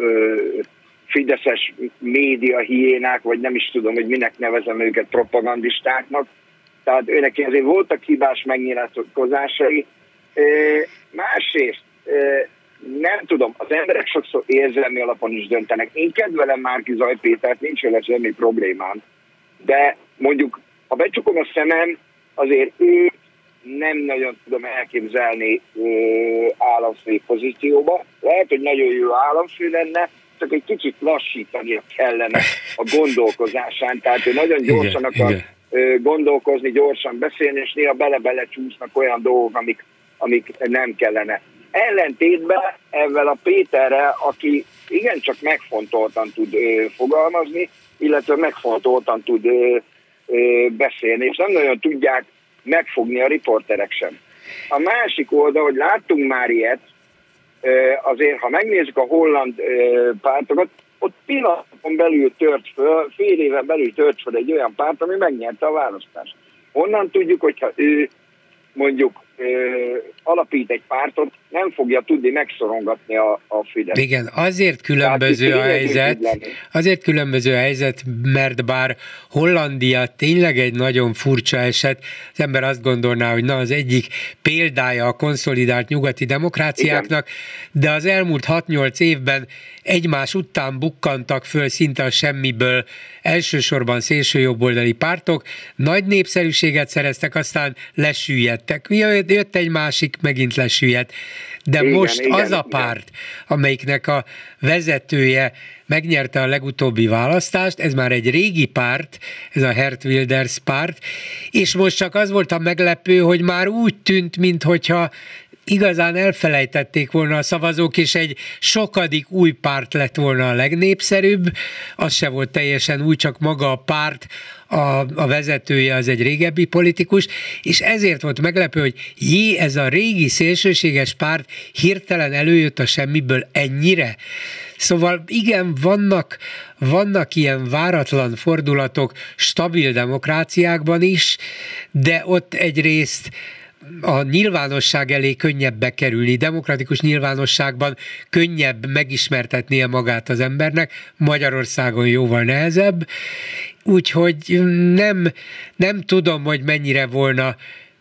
fideszes média hiénák, vagy nem is tudom, hogy minek nevezem őket, propagandistáknak. Tehát ő neki azért voltak hibás megnyilatkozásai. Másrészt nem tudom, az emberek sokszor érzelmi alapon is döntenek. Én kedvelem Márki-Zay Pétert, nincs vele semmi problémám, de mondjuk, ha becsukom a szemem, azért ő nem nagyon tudom elképzelni államfő pozícióba. Lehet, hogy nagyon jó államfő lenne, csak egy kicsit lassítania kellene a gondolkozásán. Tehát ő nagyon gyorsan akar gondolkozni, gyorsan beszélni, és néha bele-bele csúsznak olyan dolgok, amik nem kellene. Ellentétben ezzel a Péterrel, aki igencsak megfontoltan tud fogalmazni, illetve megfontoltan tud beszélni, és nem nagyon tudják megfogni a riporterek sem. A másik oldal, hogy láttunk már ilyet, azért ha megnézzük a holland pártokat, ott pillanatokon belül tört föl, fél éven belül tört föl egy olyan párt, ami megnyerte a választást. Onnan tudjuk, hogyha ő mondjuk alapít egy pártot, nem fogja tudni megszorongatni a Fidesz. Igen, azért különböző a helyzet, mert bár Hollandia tényleg egy nagyon furcsa eset, az ember azt gondolná, hogy az egyik példája a konszolidált nyugati demokráciáknak, igen, de az elmúlt 6-8 évben egymás után bukkantak föl szinte a semmiből elsősorban szélsőjobboldali pártok, nagy népszerűséget szereztek, aztán lesüllyedtek. Jött egy másik, megint lesüllyedt. De igen, most igen, az a párt, amelyiknek a vezetője megnyerte a legutóbbi választást, ez már egy régi párt, ez a Geert Wilders párt, és most csak az volt a meglepő, hogy már úgy tűnt, minthogyha igazán elfelejtették volna a szavazók, és egy sokadik új párt lett volna a legnépszerűbb, az se volt teljesen új, csak maga a párt, a vezetője az egy régebbi politikus, és ezért volt meglepő, hogy ez a régi szélsőséges párt hirtelen előjött a semmiből ennyire. Szóval igen, vannak ilyen váratlan fordulatok stabil demokráciákban is, de ott egyrészt a nyilvánosság elé könnyebb bekerülni, demokratikus nyilvánosságban könnyebb megismertetnie magát az embernek, Magyarországon jóval nehezebb, úgyhogy nem tudom, hogy mennyire volna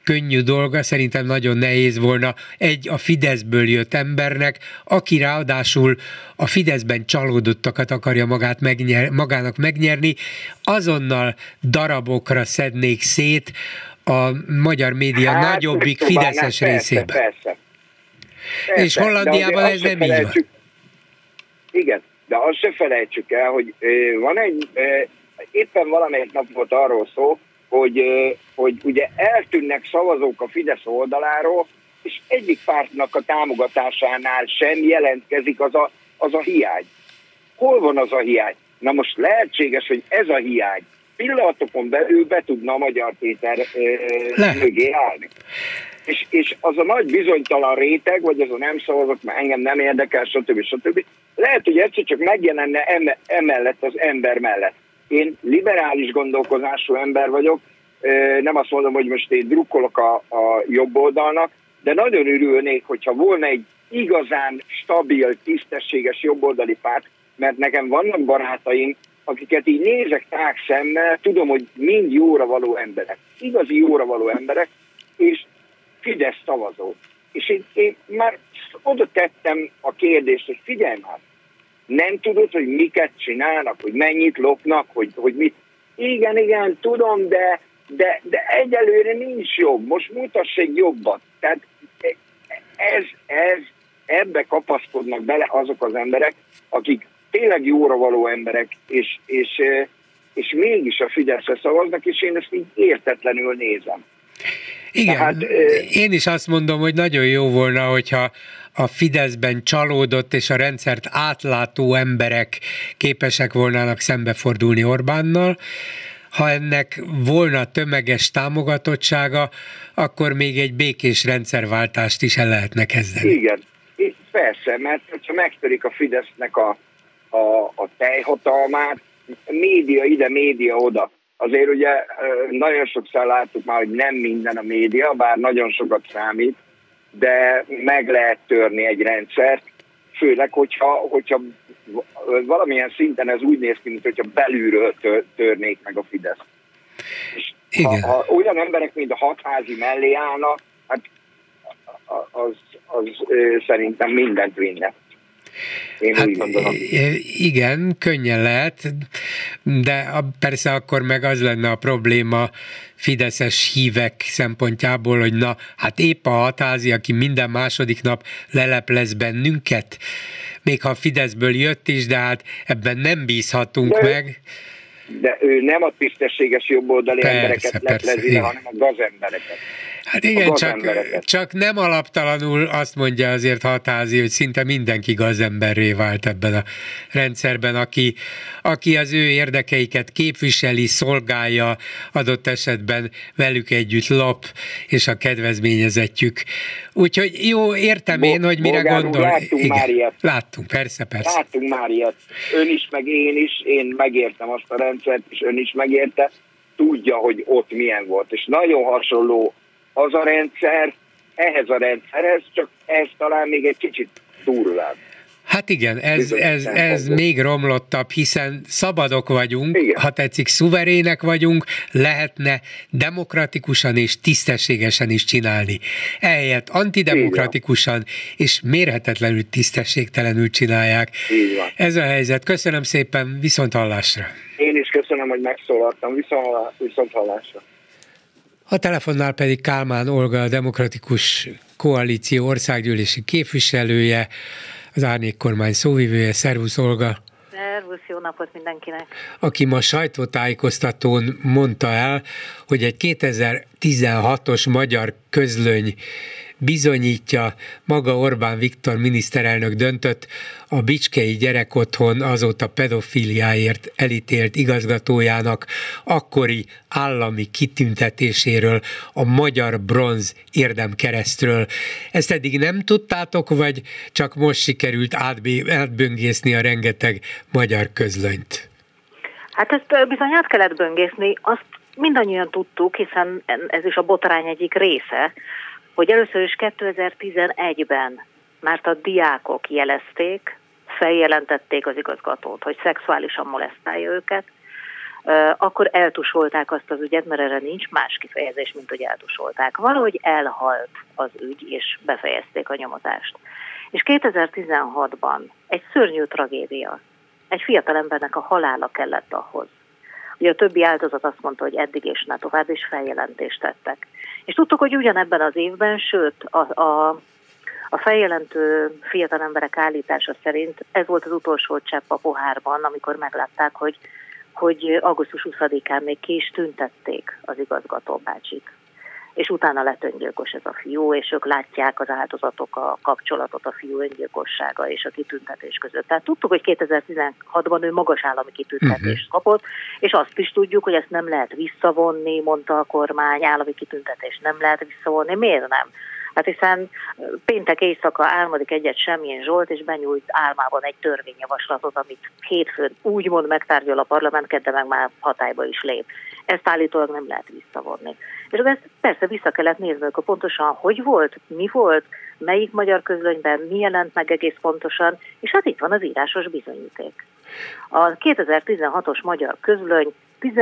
könnyű dolga, szerintem nagyon nehéz volna a Fideszből jött embernek, aki ráadásul a Fideszben csalódottakat akarja magának megnyerni, azonnal darabokra szednék szét a magyar média nagyobbik fideszes részében. Persze. És Hollandiában ez nem így van. Igen, de azt se felejtsük el, hogy van éppen valamelyik nap volt arról szó, hogy ugye eltűnnek szavazók a Fidesz oldaláról, és egyik pártnak a támogatásánál sem jelentkezik az a hiány. Hol van az a hiány? Na most lehetséges, hogy ez a hiány pillanatokon belül be tudna a Magyar Péter mögé állni. És az a nagy bizonytalan réteg, vagy az a nem szavazott, mert engem nem érdekel, stb. Lehet, hogy egyszer csak megjelenne emellett az ember mellett. Én liberális gondolkozású ember vagyok, nem azt mondom, hogy most én drukkolok a jobb oldalnak, de nagyon örülnék, hogyha volna egy igazán stabil, tisztességes jobboldali párt, mert nekem vannak barátaim, akiket így nézek tágszemmel, tudom, hogy mind jóra való emberek, igazi jóra való emberek, és Fidesz szavazó. És én már oda tettem a kérdést, hogy figyelj már, nem tudod, hogy miket csinálnak, hogy mennyit lopnak, hogy mit. Igen, tudom, de egyelőre nincs jobb. Most mutass egy jobbat. Tehát ebbe kapaszkodnak bele azok az emberek, akik tényleg jóra való emberek, és mégis a Fideszre szavaznak, és én ezt így értetlenül nézem. Igen, tehát, én is azt mondom, hogy nagyon jó volna, hogyha a Fideszben csalódott és a rendszert átlátó emberek képesek volnának szembefordulni Orbánnal. Ha ennek volna tömeges támogatottsága, akkor még egy békés rendszerváltást is el lehetne kezdeni. Igen, persze, mert ha megtörik a Fidesznek a teljhatalmát, média ide, média oda. Azért ugye nagyon sokszor láttuk már, hogy nem minden a média, bár nagyon sokat számít, de meg lehet törni egy rendszert, főleg, hogyha valamilyen szinten ez úgy néz ki, mint hogyha belülről törnék meg a Fidesz. És ha olyan emberek, mint a Hatházi mellé állnak, hát az szerintem mindent vinne. Én úgy gondolom. Igen, könnyen lehet, de persze akkor meg az lenne a probléma fideszes hívek szempontjából, hogy na, hát épp a Hatházi, aki minden második nap leleplez bennünket, még ha a Fideszből jött is, de hát ebben nem bízhatunk meg. De ő nem a tisztességes jobboldali embereket leplezi, hanem a gazembereket. Hát igen, csak nem alaptalanul azt mondja azért Hatházi, hogy szinte mindenki gazemberré vált ebben a rendszerben, aki az ő érdekeiket képviseli, szolgálja, adott esetben velük együtt lop, és a kedvezményezettjük. Úgyhogy jó, értem én, hogy mire gondol. Láttunk már ilyet. Láttunk, persze. Láttunk már ilyet. Ön is, meg én is, én megértem azt a rendszert, és ön is megérte, tudja, hogy ott milyen volt. És nagyon hasonló az a rendszer, ehhez a rendszerhez, csak ez talán még egy kicsit durvább. Hát igen, ez még romlottabb, hiszen szabadok vagyunk, igen. Ha tetszik, szuverének vagyunk, lehetne demokratikusan és tisztességesen is csinálni. Ehelyett antidemokratikusan és mérhetetlenül tisztességtelenül csinálják. Ez a helyzet. Köszönöm szépen, viszonthallásra. Én is köszönöm, hogy megszólaltam. Viszonthallásra. A telefonnál pedig Kálmán Olga, a Demokratikus Koalíció országgyűlési képviselője, az Árnyékkormány szóvivője. Szervusz, Olga! Szervusz, jó napot mindenkinek! Aki ma sajtótájékoztatón mondta el, hogy egy 2016-os magyar közlöny bizonyítja, maga Orbán Viktor miniszterelnök döntött a Bicskei Gyerekotthon azóta pedofiliáért elítélt igazgatójának akkori állami kitüntetéséről, a Magyar Bronz Érdemkeresztről. Ezt eddig nem tudtátok, vagy csak most sikerült átböngészni a rengeteg magyar közlönyt? Hát ezt bizony át kellett böngészni, azt mindannyian tudtuk, hiszen ez is a botrány egyik része, hogy először is 2011-ben már a diákok jelezték, feljelentették az igazgatót, hogy szexuálisan molesztálja őket. akkor eltusolták azt az ügyet, mert erre nincs más kifejezés, mint hogy eltusolták. Valahogy elhalt az ügy, és befejezték a nyomozást. És 2016-ban egy szörnyű tragédia, egy fiatalembernek a halála kellett ahhoz. Ugye a többi áldozat azt mondta, hogy eddig és ne tovább, és feljelentést tettek. És tudtuk, hogy ugyanebben az évben, sőt, a feljelentő fiatalemberek állítása szerint ez volt az utolsó csepp a pohárban, amikor meglátták, hogy augusztus 20-án még ki is tüntették az igazgató bácsik. És utána lett öngyilkos ez a fiú, és ők látják az áldozatok a kapcsolatot a fiú öngyilkossága és a kitüntetés között. Tehát tudtuk, hogy 2016-ban ő magas állami kitüntetést kapott, és azt is tudjuk, hogy ezt nem lehet visszavonni, mondta a kormány, állami kitüntetést nem lehet visszavonni. Miért nem? Hát hiszen péntek éjszaka álmodik egyet Semjén Zsolt, és benyújt álmában egy törvényjavaslatot, amit hétfőn úgymond megtárgyal a parlament, kedden meg már hatályba is lép. Ezt állítólag nem lehet visszavonni. És ezt persze vissza kellett nézni, akkor pontosan hogy volt, mi volt, melyik magyar közlönyben, mi jelent meg egész pontosan, és hát itt van az írásos bizonyíték. A 2016-os magyar közlöny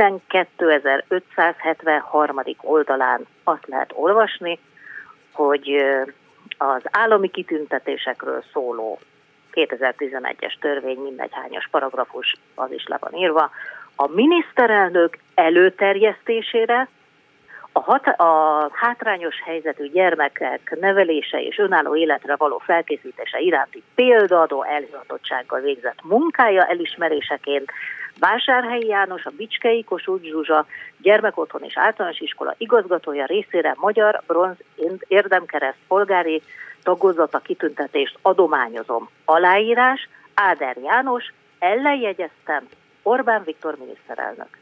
12.573. oldalán azt lehet olvasni, hogy az állami kitüntetésekről szóló 2011-es törvény, mindegy hányas paragrafus, az is le van írva, a miniszterelnök előterjesztésére a hátrányos helyzetű gyermekek nevelése és önálló életre való felkészítése iránti példaadó elhivatottsággal végzett munkája elismeréseként Vásárhelyi János, a Bicskei Kossuth Zsuzsa gyermekotthon és általános iskola igazgatója részére magyar bronz érdemkereszt polgári tagozata kitüntetést adományozom. Aláírás, Áder János, ellenjegyeztem, Orbán Viktor miniszterelnök.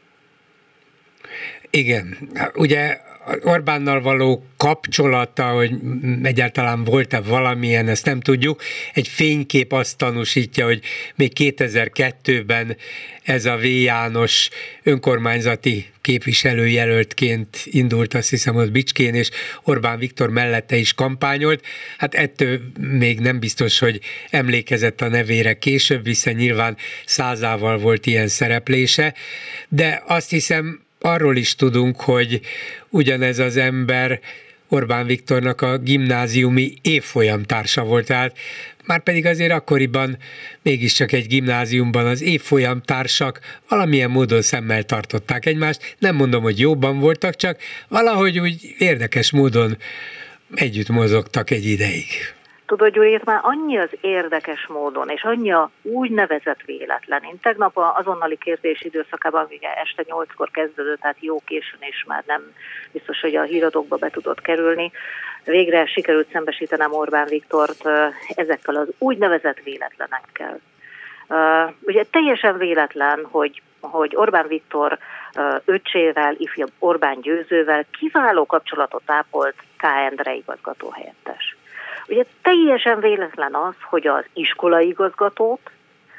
Igen, ugye Orbánnal való kapcsolata, hogy egyáltalán volt-e valamilyen, ezt nem tudjuk. Egy fénykép azt tanúsítja, hogy még 2002-ben ez a V. János önkormányzati képviselőjelöltként indult, azt hiszem, az Bicskén, és Orbán Viktor mellette is kampányolt. Hát ettől még nem biztos, hogy emlékezett a nevére később, hiszen nyilván százával volt ilyen szereplése, de azt hiszem, arról is tudunk, hogy ugyanez az ember Orbán Viktornak a gimnáziumi évfolyamtársa volt, tehát már pedig azért akkoriban mégiscsak egy gimnáziumban az évfolyamtársak valamilyen módon szemmel tartották egymást. Nem mondom, hogy jobban voltak, csak valahogy úgy érdekes módon együtt mozogtak egy ideig. Tudod, Gyuri, itt már annyi az érdekes módon, és annyi a úgynevezett véletlen. Én tegnap azonnali kérdés időszakában, ugye este 8-kor kezdődött, tehát jó későn, és már nem biztos, hogy a híradókba be tudott kerülni. Végre sikerült szembesítenem Orbán Viktort ezekkel az úgynevezett véletlenekkel. Ugye teljesen véletlen, hogy Orbán Viktor öccsével, ifjabb Orbán Győzővel kiváló kapcsolatot ápolt K. Endre igazgató helyettes. Ugye teljesen véletlen az, hogy az iskolai igazgatót,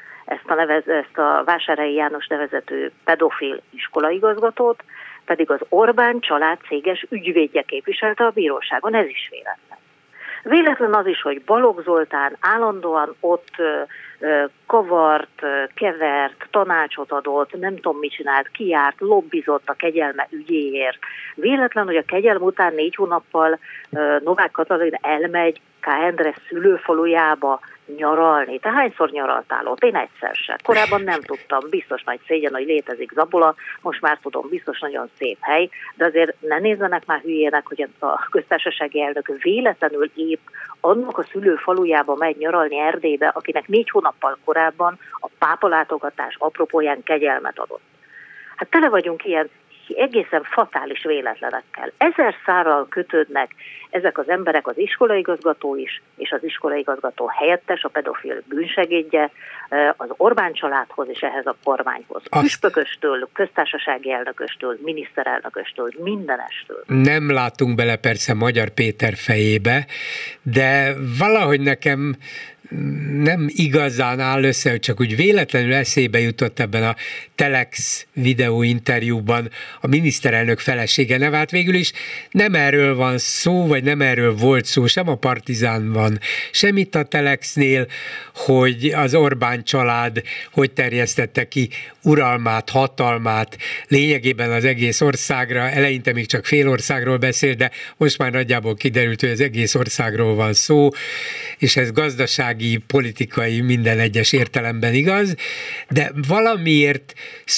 ezt a Vásárhelyi János nevezető pedofil iskolaigazgatót, pedig az Orbán család céges ügyvédje képviselte a bíróságon, ez is véletlen. Véletlen az is, hogy Balogh Zoltán állandóan ott kavart, kevert, tanácsot adott, nem tudom mit csinált, kijárt, lobbizott a kegyelme ügyéért. Véletlen, hogy a kegyelm után 4 hónappal Novák Katalin elmegy K. Endre szülőfalujába nyaralni. Te hányszor nyaraltál ott? Én egyszer sem. Korábban nem tudtam, biztos nagy szégyen, hogy létezik Zabola, most már tudom, biztos nagyon szép hely, de azért ne nézzenek már hülyének, hogy a köztársasági elnök véletlenül épp annak a szülőfalujába megy nyaralni Erdélybe, akinek 4 hónappal korábban a pápalátogatás apropóján kegyelmet adott. Hát tele vagyunk ilyen egészen fatális véletlenekkel. 1000 szárral kötődnek ezek az emberek, az iskolaigazgató is, és az iskolaigazgató helyettes, a pedofil bűnsegédje, az Orbán családhoz és ehhez a kormányhoz. Püspököstől, köztársasági elnököstől, miniszterelnököstől, mindenestől. Nem látunk bele persze Magyar Péter fejébe, de valahogy nekem nem igazán áll össze, hogy csak úgy véletlenül eszébe jutott ebben a Telex videóinterjúban a miniszterelnök felesége neve. Hát végül is nem erről van szó, vagy nem erről volt szó, sem a Partizánban, sem itt a Telexnél, hogy az Orbán család hogy terjesztette ki uralmát, hatalmát, lényegében az egész országra, eleinte még csak fél országról beszélt, de most már nagyjából kiderült, hogy az egész országról van szó, és ez gazdasági, politikai, minden egyes értelemben igaz, de valamiért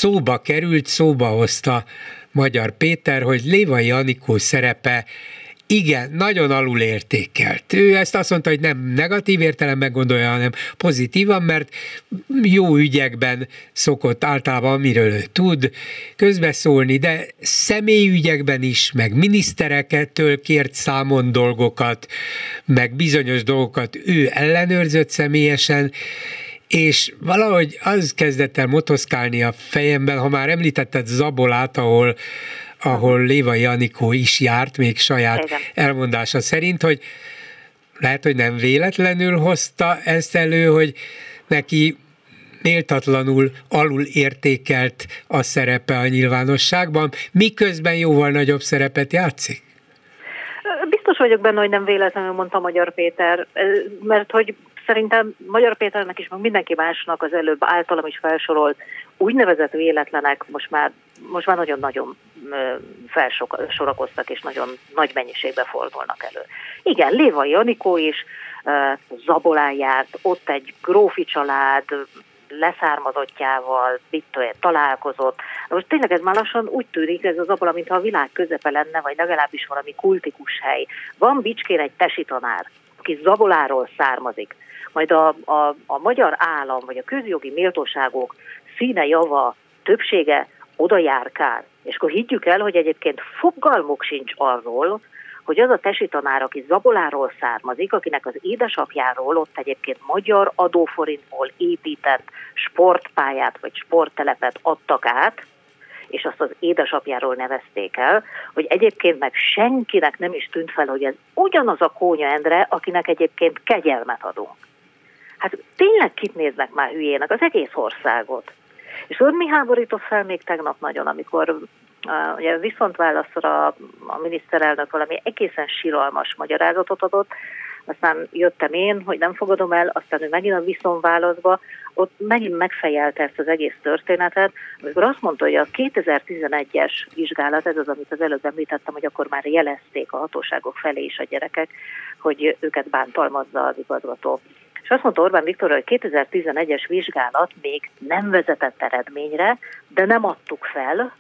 szóba hozta Magyar Péter, hogy Lévai Anikó szerepe igen, nagyon alulértékelt. Ő ezt azt mondta, hogy nem negatív értelemben gondolja, hanem pozitívan, mert jó ügyekben szokott általában, amiről ő tud, közbeszólni, de személyügyekben is, meg miniszterektől kért számon dolgokat, meg bizonyos dolgokat ő ellenőrzött személyesen, és valahogy az kezdett el motoszkálni a fejemben, ha már említetted Zabolát, ahol Lévai Anikó is járt, még saját elmondása szerint, hogy lehet, hogy nem véletlenül hozta ezt elő, hogy neki méltatlanul alul értékelt a szerepe a nyilvánosságban, miközben jóval nagyobb szerepet játszik? Biztos vagyok benne, hogy nem véletlenül mondta Magyar Péter, mert hogy szerintem Magyar Péternek is, meg mindenki másnak az előbb általam is felsorolt úgynevezett véletlenek most már nagyon-nagyon felsorakoztak, és nagyon nagy mennyiségben fordulnak elő. Igen, Lévai Anikó is Zabolán járt, ott egy grófi család leszármazottjával találkozott. Most tényleg ez már lassan úgy tűnik, ez az Zabola, mintha a világ közepe lenne, vagy legalábbis valami kultikus hely. Van Bicskén egy tesi tanár, aki Zaboláról származik. Majd a magyar állam, vagy a közjogi méltóságok színe, java, többsége oda járkál. És akkor higgyük el, hogy egyébként fogalmuk sincs arról, hogy az a tesi tanár, aki Zaboláról származik, akinek az édesapjáról ott egyébként magyar adóforintból épített sportpályát vagy sporttelepet adtak át, és azt az édesapjáról nevezték el, hogy egyébként meg senkinek nem is tűnt fel, hogy ez ugyanaz a Kónya Endre, akinek egyébként kegyelmet adunk. Hát tényleg kit néznek már hülyének? Az egész országot. És tudod, mi háborított fel még tegnap nagyon, amikor ugye viszontválaszra a miniszterelnök valami egészen siralmas magyarázatot adott, aztán jöttem én, hogy nem fogadom el, aztán ő megint a viszontválaszba, ott megint megfejelte ezt az egész történetet, amikor azt mondta, hogy a 2011-es vizsgálat, ez az, amit az előbb említettem, hogy akkor már jelezték a hatóságok felé is a gyerekek, hogy őket bántalmazza az igazgató. És azt mondta Orbán Viktor, hogy 2011-es vizsgálat még nem vezetett eredményre, de nem adtuk fel.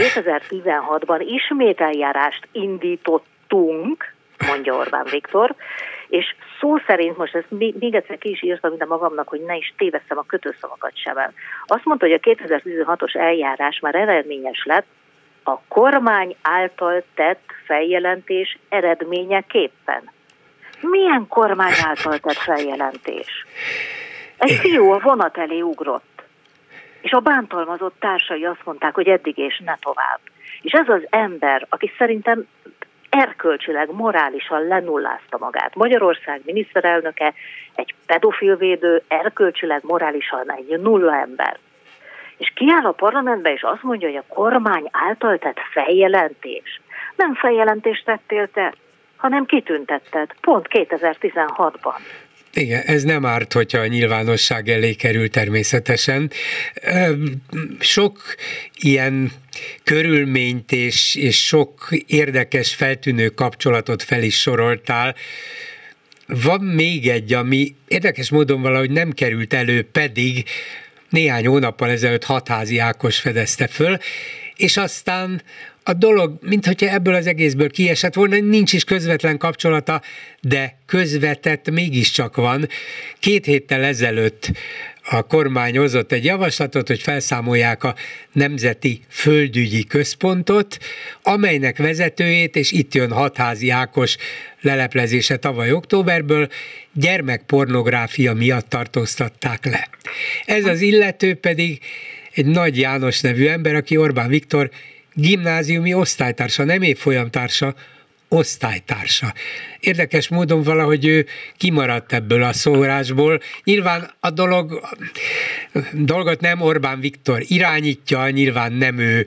2016-ban ismét eljárást indítottunk, mondja Orbán Viktor, és szó szerint, most ezt még egyszer ki is írtam ide magamnak, hogy ne is tévesszem a kötőszavakat sem. Azt mondta, hogy a 2016-os eljárás már eredményes lett, a kormány által tett feljelentés eredményeképpen. Milyen kormány által tett feljelentés? Egy fiú a vonat elé ugrott, és a bántalmazott társai azt mondták, hogy eddig és ne tovább. És ez az ember, aki szerintem erkölcsileg, morálisan lenullázta magát. Magyarország miniszterelnöke egy pedofilvédő, erkölcsileg, morálisan egy nulla ember. És kiáll a parlamentbe, és azt mondja, hogy a kormány által tett feljelentés. Nem feljelentést tettél te, hanem kitüntetted, pont 2016-ban. Igen, ez nem árt, hogyha a nyilvánosság elé kerül természetesen. Sok ilyen körülményt és sok érdekes, feltűnő kapcsolatot fel is soroltál. Van még egy, ami érdekes módon valahogy nem került elő, pedig néhány hónappal ezelőtt Hatházi Ákos fedezte föl, és aztán a dolog, minthogyha ebből az egészből kiesett volna, nincs is közvetlen kapcsolata, de közvetett mégiscsak van. 2 héttel ezelőtt a kormány hozott egy javaslatot, hogy felszámolják a Nemzeti Földügyi Központot, amelynek vezetőjét, és itt jön Hatházi Ákos leleplezése tavaly októberből, gyermekpornográfia miatt tartóztatták le. Ez az illető pedig egy Nagy János nevű ember, aki Orbán Viktor gimnáziumi osztálytársa, nem évfolyamtársa, osztálytársa. Érdekes módon valahogy ő kimaradt ebből a szórásból. Nyilván a dolgot nem Orbán Viktor irányítja, nyilván nem ő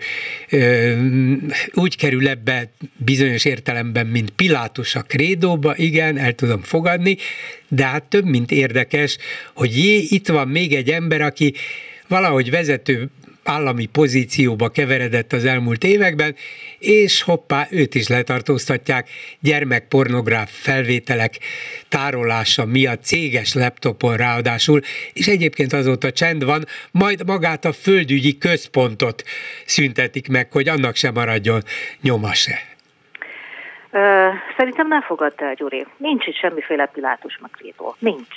úgy kerül ebbe bizonyos értelemben, mint Pilátus a krédóba, igen, el tudom fogadni, de hát több mint érdekes, hogy itt van még egy ember, aki valahogy vezető állami pozícióba keveredett az elmúlt években, és hoppá, őt is letartóztatják gyermekpornográf felvételek tárolása miatt céges laptopon ráadásul, és egyébként azóta csend van, majd magát a földügyi központot szüntetik meg, hogy annak sem maradjon nyoma se. Szerintem nem fogadd el, Gyuri. Nincs itt semmiféle Pilátus megrétó. Nincs.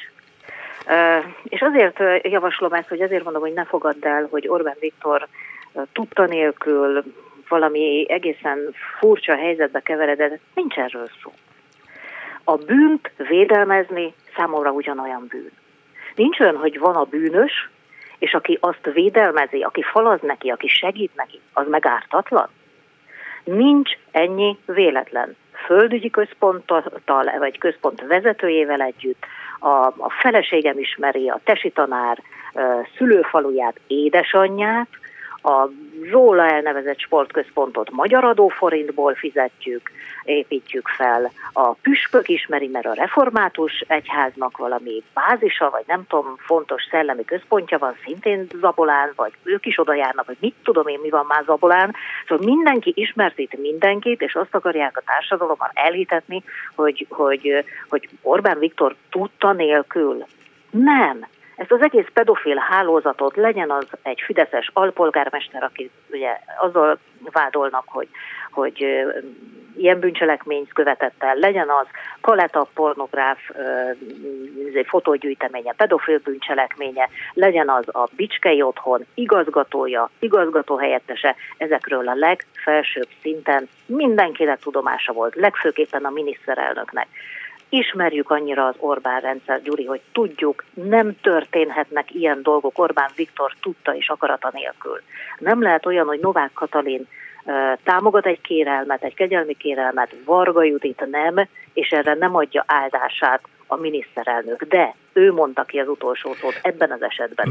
És azért javaslom ezt, hogy azért mondom, hogy ne fogadd el, hogy Orbán Viktor tudta nélkül valami egészen furcsa helyzetbe keveredett. Nincs erről szó. A bűnt védelmezni számomra ugyanolyan bűn. Nincs olyan, hogy van a bűnös, és aki azt védelmezi, aki falaz neki, aki segít neki, az meg ártatlan. Nincs ennyi véletlen. Földügyi központtal, vagy központ vezetőjével együtt, a feleségem ismeri a tesi tanár szülőfaluját, édesanyját, a róla elnevezett sportközpontot magyar adóforintból fizetjük, építjük fel. A püspök ismeri, mert a református egyháznak valami bázisa, vagy nem tudom, fontos szellemi központja van szintén Zabolán, vagy ők is oda járnak, vagy mit tudom én, mi van már Zabolán. Szóval mindenki ismertít mindenkit, és azt akarják a társadalomban elhitetni, hogy Orbán Viktor tudta nélkül. Nem. Ezt az egész pedofil hálózatot, legyen az egy fideszes alpolgármester, aki ugye azzal vádolnak, hogy ilyen bűncselekményt követett el, legyen az Kaleta pornográf fotógyűjteménye, pedofil bűncselekménye, legyen az a Bicskei Otthon igazgatója, igazgatóhelyettese, ezekről a legfelsőbb szinten mindenkinek tudomása volt, legfőképpen a miniszterelnöknek. Ismerjük annyira az Orbán rendszer, Gyuri, hogy tudjuk, nem történhetnek ilyen dolgok. Orbán Viktor tudta és akarata nélkül. Nem lehet olyan, hogy Novák Katalin támogat egy kérelmet, egy kegyelmi kérelmet, Varga Judit nem, és erre nem adja áldását a miniszterelnök. De ő mondta ki az utolsó szót ebben az esetben.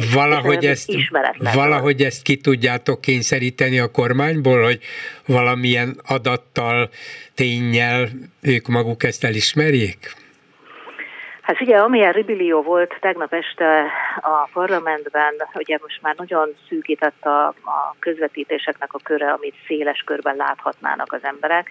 Valahogy ezt ki tudjátok kényszeríteni a kormányból, hogy valamilyen adattal, ténnyel ők maguk ezt elismerjék? Hát figyelj, amilyen ribillió volt tegnap este a parlamentben, ugye most már nagyon szűkített a közvetítéseknek a köre, amit széles körben láthatnának az emberek.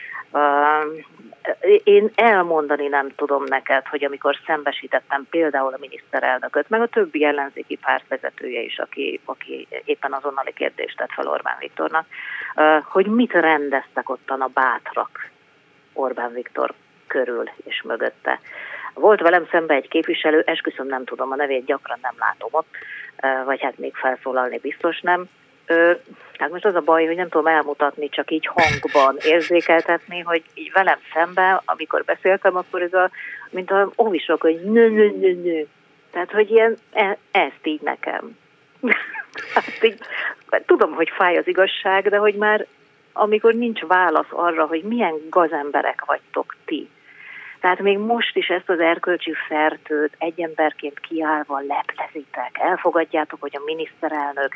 Én elmondani nem tudom neked, hogy amikor szembesítettem például a miniszterelnököt, meg a többi ellenzéki pártvezetője is, aki éppen azonnali kérdést tett fel Orbán Viktornak, hogy mit rendeztek ottan a bátrak Orbán Viktor körül és mögötte. Volt velem szemben egy képviselő, esküszöm nem tudom a nevét, gyakran nem látom ott, vagy hát még felszólalni biztos nem. Hát most az a baj, hogy nem tudom elmutatni, csak így hangban érzékeltetni, hogy így velem szemben, amikor beszéltem, akkor ez mint a óvisok, hogy nő. Tehát, hogy ilyen, ezt így nekem. Hát így, tudom, hogy fáj az igazság, de hogy már amikor nincs válasz arra, hogy milyen gazemberek vagytok ti. Tehát még most is ezt az erkölcsi fertőt egy emberként kiállva leplezitek. Elfogadjátok, hogy a miniszterelnök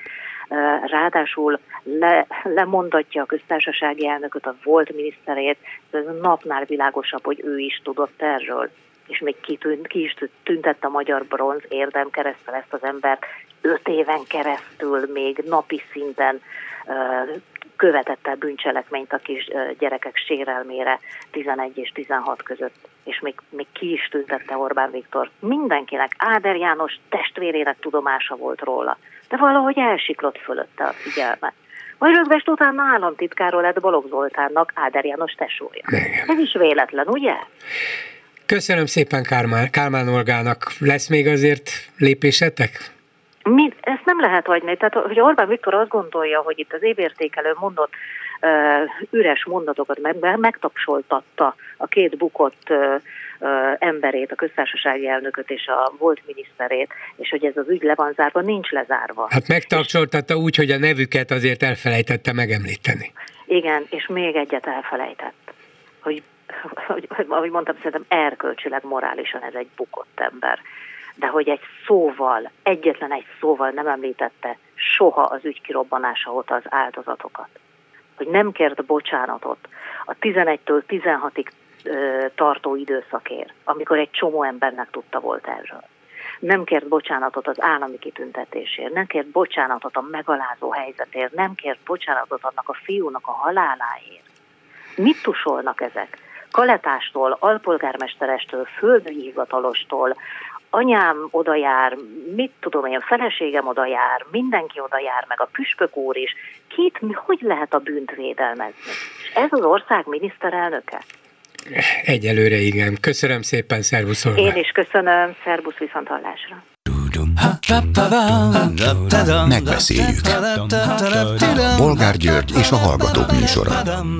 ráadásul lemondatja a köztársasági elnököt, a volt miniszterét. Ez a napnál világosabb, hogy ő is tudott erről. És még ki is tüntette a Magyar Bronz érdemkereszttel ezt az embert. 5 éven keresztül még napi szinten követett el bűncselekményt a kis gyerekek sérelmére 11 és 16 között, és még ki is tüntette Orbán Viktor. Mindenkinek, Áder János testvérének tudomása volt róla, de valahogy elsiklott fölötte a figyelme. Majd rögvest utána államtitkáról lett Balogh Zoltánnak Áder János tesója. Ez is véletlen, ugye? Köszönöm szépen Kálmán Olgának. Lesz még azért lépésetek? Ezt nem lehet hagyni. Tehát, hogy Orbán Viktor azt gondolja, hogy itt az évértékelő mondott üres mondatokat megtapsoltatta a két bukott emberét, a köztársasági elnököt és a volt miniszterét, és hogy ez az ügy le van zárva, nincs lezárva. Hát megtapsoltatta úgy, hogy a nevüket azért elfelejtette megemlíteni. Igen, és még egyet elfelejtett, hogy ahogy mondtam, szerintem erkölcsileg, morálisan ez egy bukott ember. De hogy egy szóval, egyetlen egy szóval nem említette soha az ügy kirobbanása óta az áldozatokat. Hogy nem kért bocsánatot a 11-től 16-ig tartó időszakért, amikor egy csomó embernek tudta volt erről. Nem kért bocsánatot az állami kitüntetésért, nem kért bocsánatot a megalázó helyzetért, nem kért bocsánatot annak a fiúnak a haláláért. Mit tusolnak ezek? Kaletástól, alpolgármesterestől, földügyi hivatalostól, anyám oda jár, mit tudom én, feleségem oda jár, mindenki oda jár, meg a püspök úr is. Hogy lehet a bűnt védelmezni? És ez az ország miniszterelnöke? Egyelőre igen. Köszönöm szépen, szervusz Olga. Én is köszönöm, szervusz, viszonthallásra. Megbeszéljük. Bolgár György és a Hallgatók műsora.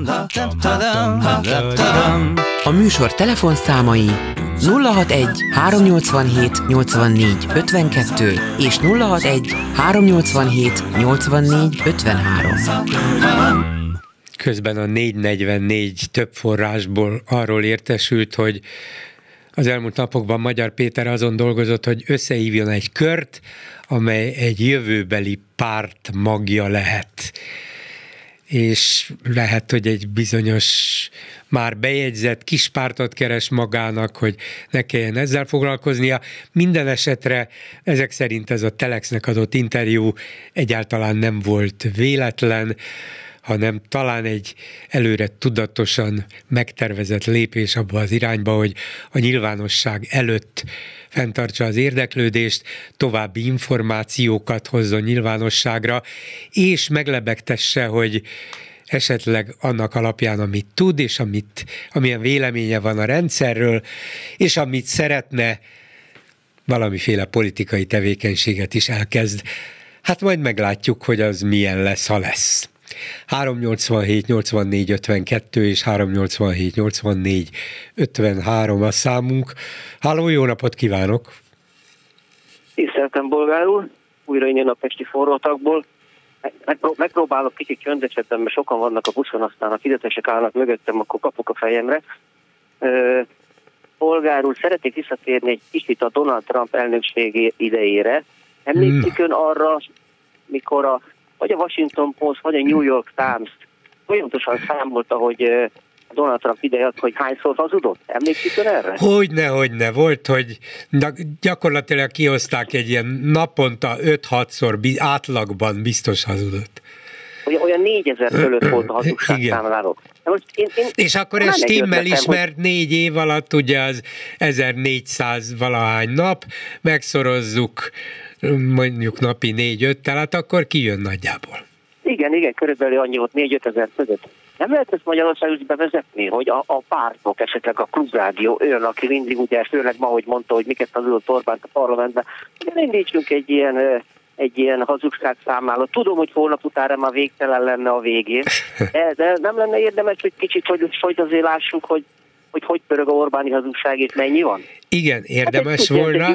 A műsor telefonszámai 061 387 84 52 és 061 387 84 53. Közben a 444 több forrásból arról értesült, hogy az elmúlt napokban Magyar Péter azon dolgozott, hogy összehívjon egy kört, amely egy jövőbeli párt magja lehet. És lehet, hogy egy bizonyos már bejegyzett kis pártot keres magának, hogy ne kelljen ezzel foglalkoznia. Minden esetre ezek szerint ez a Telexnek adott interjú egyáltalán nem volt véletlen, hanem talán egy előre tudatosan megtervezett lépés abba az irányba, hogy a nyilvánosság előtt fenntartsa az érdeklődést, további információkat hozzon nyilvánosságra, és meglebegtesse, hogy esetleg annak alapján, amit tud, és amilyen véleménye van a rendszerről, és amit szeretne, valamiféle politikai tevékenységet is elkezd. Hát majd meglátjuk, hogy az milyen lesz, ha lesz. 387 84 52 és 387 84 53 a számunk. Halló, jó napot kívánok! Tiszteltem, Bolgár úr, újra innen a pesti forrótakból. Megpróbálok kicsit csöndesebben, mert sokan vannak a buszon, aztán a fizetesek állnak mögöttem, akkor kapok a fejemre. Bolgár úr, szeretnék visszatérni egy kicsit a Donald Trump elnökségi idejére. Emlékszik ön arra, mikor vagy a Washington Post, vagy a New York Times folyamatosan számolta, hogy Donald Trump ideje, hogy hányszor hazudott? Emlékszik ön erre? Hogyne. Volt, hogy gyakorlatilag kihozták egy ilyen naponta 5-6-szor átlagban biztos hazudott. Olyan 4000 fölött volt a hazugságszámláló. És akkor ez stimmel is, mert 4 év alatt ugye az 1400 valahány nap, megszorozzuk mondjuk napi 4-5, tehát akkor kijön nagyjából. Igen, körülbelül annyi volt 4-5 ezer között. Nem lehet ezt Magyarországon is bevezetni, hogy a pártok, esetleg a Klubrádió, olyan, aki mindig ugye, főleg ma, hogy mondta, hogy miket hazudott Orbánt a parlamentben, hogy indítsunk egy ilyen hazugságszámlálót. Tudom, hogy holnap utána már végtelen lenne a végén, de nem lenne érdemes, hogy kicsit, hogy azért lássuk, hogy pörög a Orbáni hazugság, és mennyi van? Igen, érdemes volna.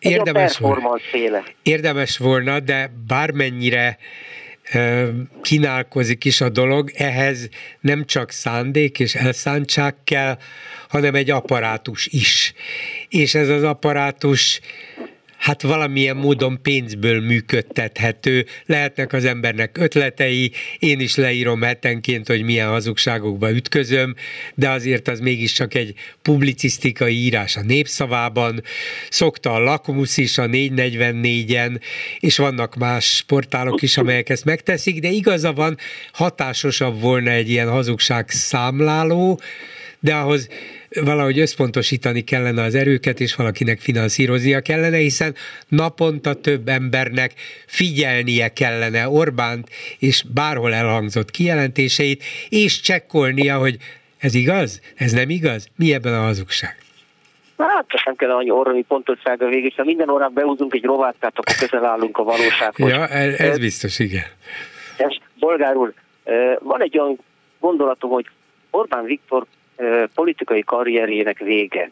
Érdemes volna, de bármennyire kínálkozik is a dolog, ehhez nem csak szándék és elszántság kell, hanem egy apparátus is. És ez az apparátus hát valamilyen módon pénzből működtethető, lehetnek az embernek ötletei, én is leírom hetenként, hogy milyen hazugságokba ütközöm, de azért az mégiscsak egy publicisztikai írás a Népszavában, szokta a Lakmusz is a 444-en, és vannak más portálok is, amelyek ezt megteszik, de igaza van, hatásosabb volna egy ilyen hazugságszámláló, de ahhoz valahogy összpontosítani kellene az erőket, és valakinek finanszíroznia kellene, hiszen naponta több embernek figyelnie kellene Orbánt, és bárhol elhangzott kijelentéseit, és csekkolnia, hogy ez igaz, ez nem igaz, mi ebben a hazugság? Hát, nem kell annyi orromi pontossága végig, ha minden órán behúzunk egy rovátkát, akkor közel állunk a valósághoz. Ja, ez biztos, igen. Bolgár úr, van egy olyan gondolatom, hogy Orbán Viktor politikai karrierjének vége.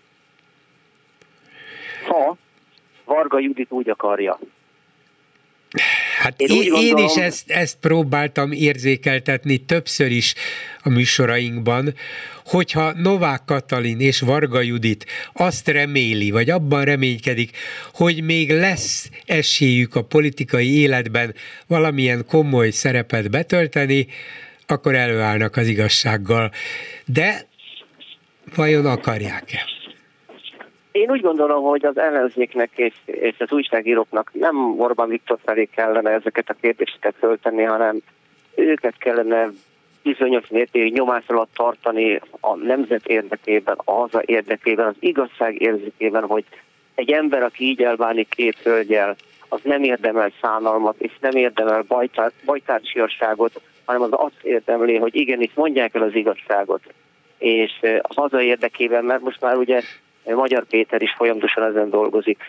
Ha Varga Judit úgy akarja. Hát én is ezt próbáltam érzékeltetni többször is a műsorainkban, hogyha Novák Katalin és Varga Judit azt reméli, vagy abban reménykedik, hogy még lesz esélyük a politikai életben valamilyen komoly szerepet betölteni, akkor előállnak az igazsággal. De vajon akarják-e? Én úgy gondolom, hogy az ellenzéknek és az újságíróknak nem Orbán Viktor felé kellene ezeket a kérdéseket föltenni, hanem őket kellene bizonyos mértékig nyomás alatt tartani a nemzet érdekében, a haza érdekében, az igazság érzékében, hogy egy ember, aki így elbánik két hölgyel, az nem érdemel szánalmat, és nem érdemel bajtársiasságot, hanem az azt érdemli, hogy igenis mondják el az igazságot. És a haza érdekében, mert most már ugye Magyar Péter is folyamatosan ezen dolgozik,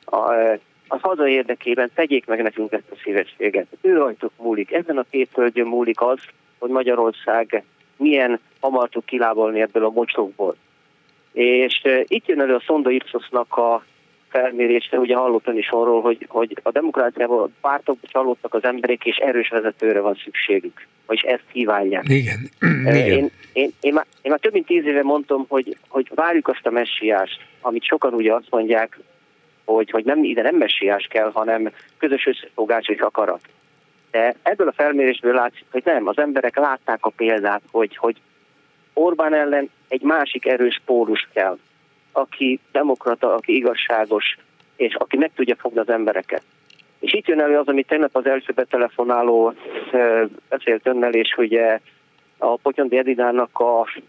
a haza érdekében tegyék meg nekünk ezt a szívességet. Ő rajtuk múlik. Ezen a két hölgyön múlik az, hogy Magyarország milyen hamar tud kilábalni ebből a mocsokból. És itt jön elő a Sonda Ipsosnak a felmérésre, ugye hallottam is arról, hogy a demokráciában a pártokban csalódtak az emberek, és erős vezetőre van szükségük. Vagyis ezt kívánják. Igen. Én már több mint 10 éve mondtam, hogy várjuk azt a messiást, amit sokan ugye azt mondják, hogy nem messiás kell, hanem közös összefogás és akarat. De ebből a felmérésből látszik, hogy nem, az emberek látták a példát, hogy Orbán ellen egy másik erős pólus kell, aki demokrata, aki igazságos, és aki meg tudja fogni az embereket. És itt jön elő az, amit tegnap az első betelefonáló beszélt önnel, és ugye a Potyondi Edinának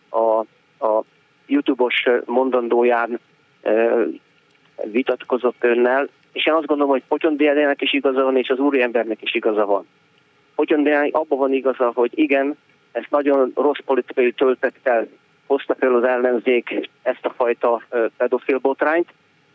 a YouTube-os mondandóján vitatkozott önnel, és én azt gondolom, hogy Potyondi Edinának is igaza van, és az úriembernek is igaza van. Potyondi Edinának abban van igaza, hogy igen, ezt nagyon rossz politikai töltettel hozta fel az ellenzék ezt a fajta pedofil botrányt,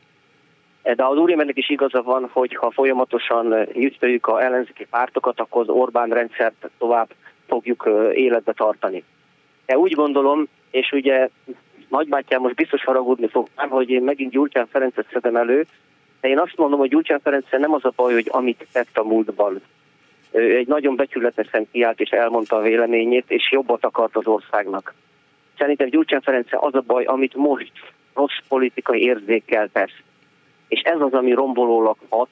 de az úriembernek is igaza van, hogy ha folyamatosan gyűjtjük az ellenzéki pártokat, akkor az Orbán rendszert tovább fogjuk életbe tartani. De úgy gondolom, és ugye nagybátyám most biztos haragudni fog, hogy én megint Gyurcsány Ferencet szedem elő, de én azt mondom, hogy Gyurcsány Ferenccel nem az a baj, hogy amit tett a múltban. Ő egy nagyon becsületesen kiállt és elmondta a véleményét, és jobbat akart az országnak. Szerintem Gyurcsány Ferenccel az a baj, amit most rossz politikai érzékkel tesz. És ez az, ami rombolólag hat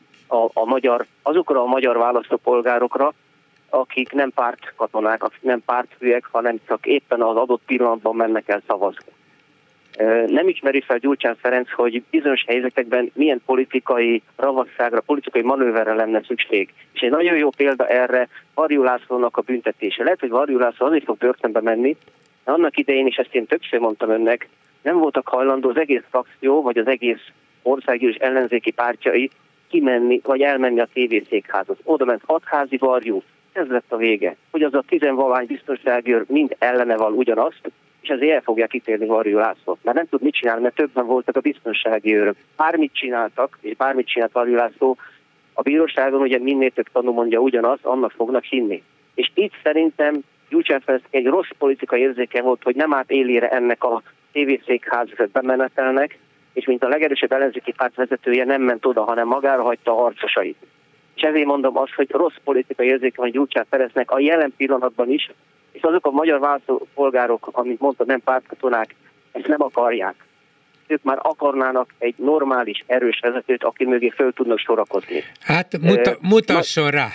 azokra a magyar választópolgárokra, akik nem pártkatonák, akik nem párthűek, hanem csak éppen az adott pillanatban mennek el szavazni. Nem ismeri fel Gyurcsány Ferenc, hogy bizonyos helyzetekben milyen politikai ravasságra, politikai manőverre lenne szükség. És egy nagyon jó példa erre Varjú Lászlónak a büntetése. Lehet, hogy Varjú László azért fog börtönbe menni, de annak idején, és ezt én többször mondtam önnek, nem voltak hajlandó az egész frakció, vagy az egész országgyűlés ellenzéki pártjai kimenni, vagy elmenni a tévészékházhoz. Oda ment 6 házi Varjú. Ez lett a vége. Hogy az a 10-valahány biztonsági őr mind ellene van ugyanazt, és ezért el fogják ítélni Varjú Lászlót. Mert nem tud mit csinálni, mert többen voltak a biztonsági őrök. Bármit csináltak, és bármit csinált Varjú László, a bíróságon ugye minél több tanú mondja ugyanazt, annak fognak hinni. És itt szerintem Gyurcsány Ferencnek egy rossz politikai érzéke volt, hogy nem állt élére ennek a tévészékházhoz bemenetelnek, és mint a legerősebb ellenzéki párt vezetője nem ment oda, hanem magára hagyta a harcosait. És ezért mondom azt, hogy rossz politikai érzéke van Gyurcsány Ferencnek a jelen pillanatban is, és azok a magyar választópolgárok, amit mondta, nem pártkatonák, ezt nem akarják. Ők már akarnának egy normális, erős vezetőt, aki mögé föl tudnak sorakozni. Hát mutasson rá.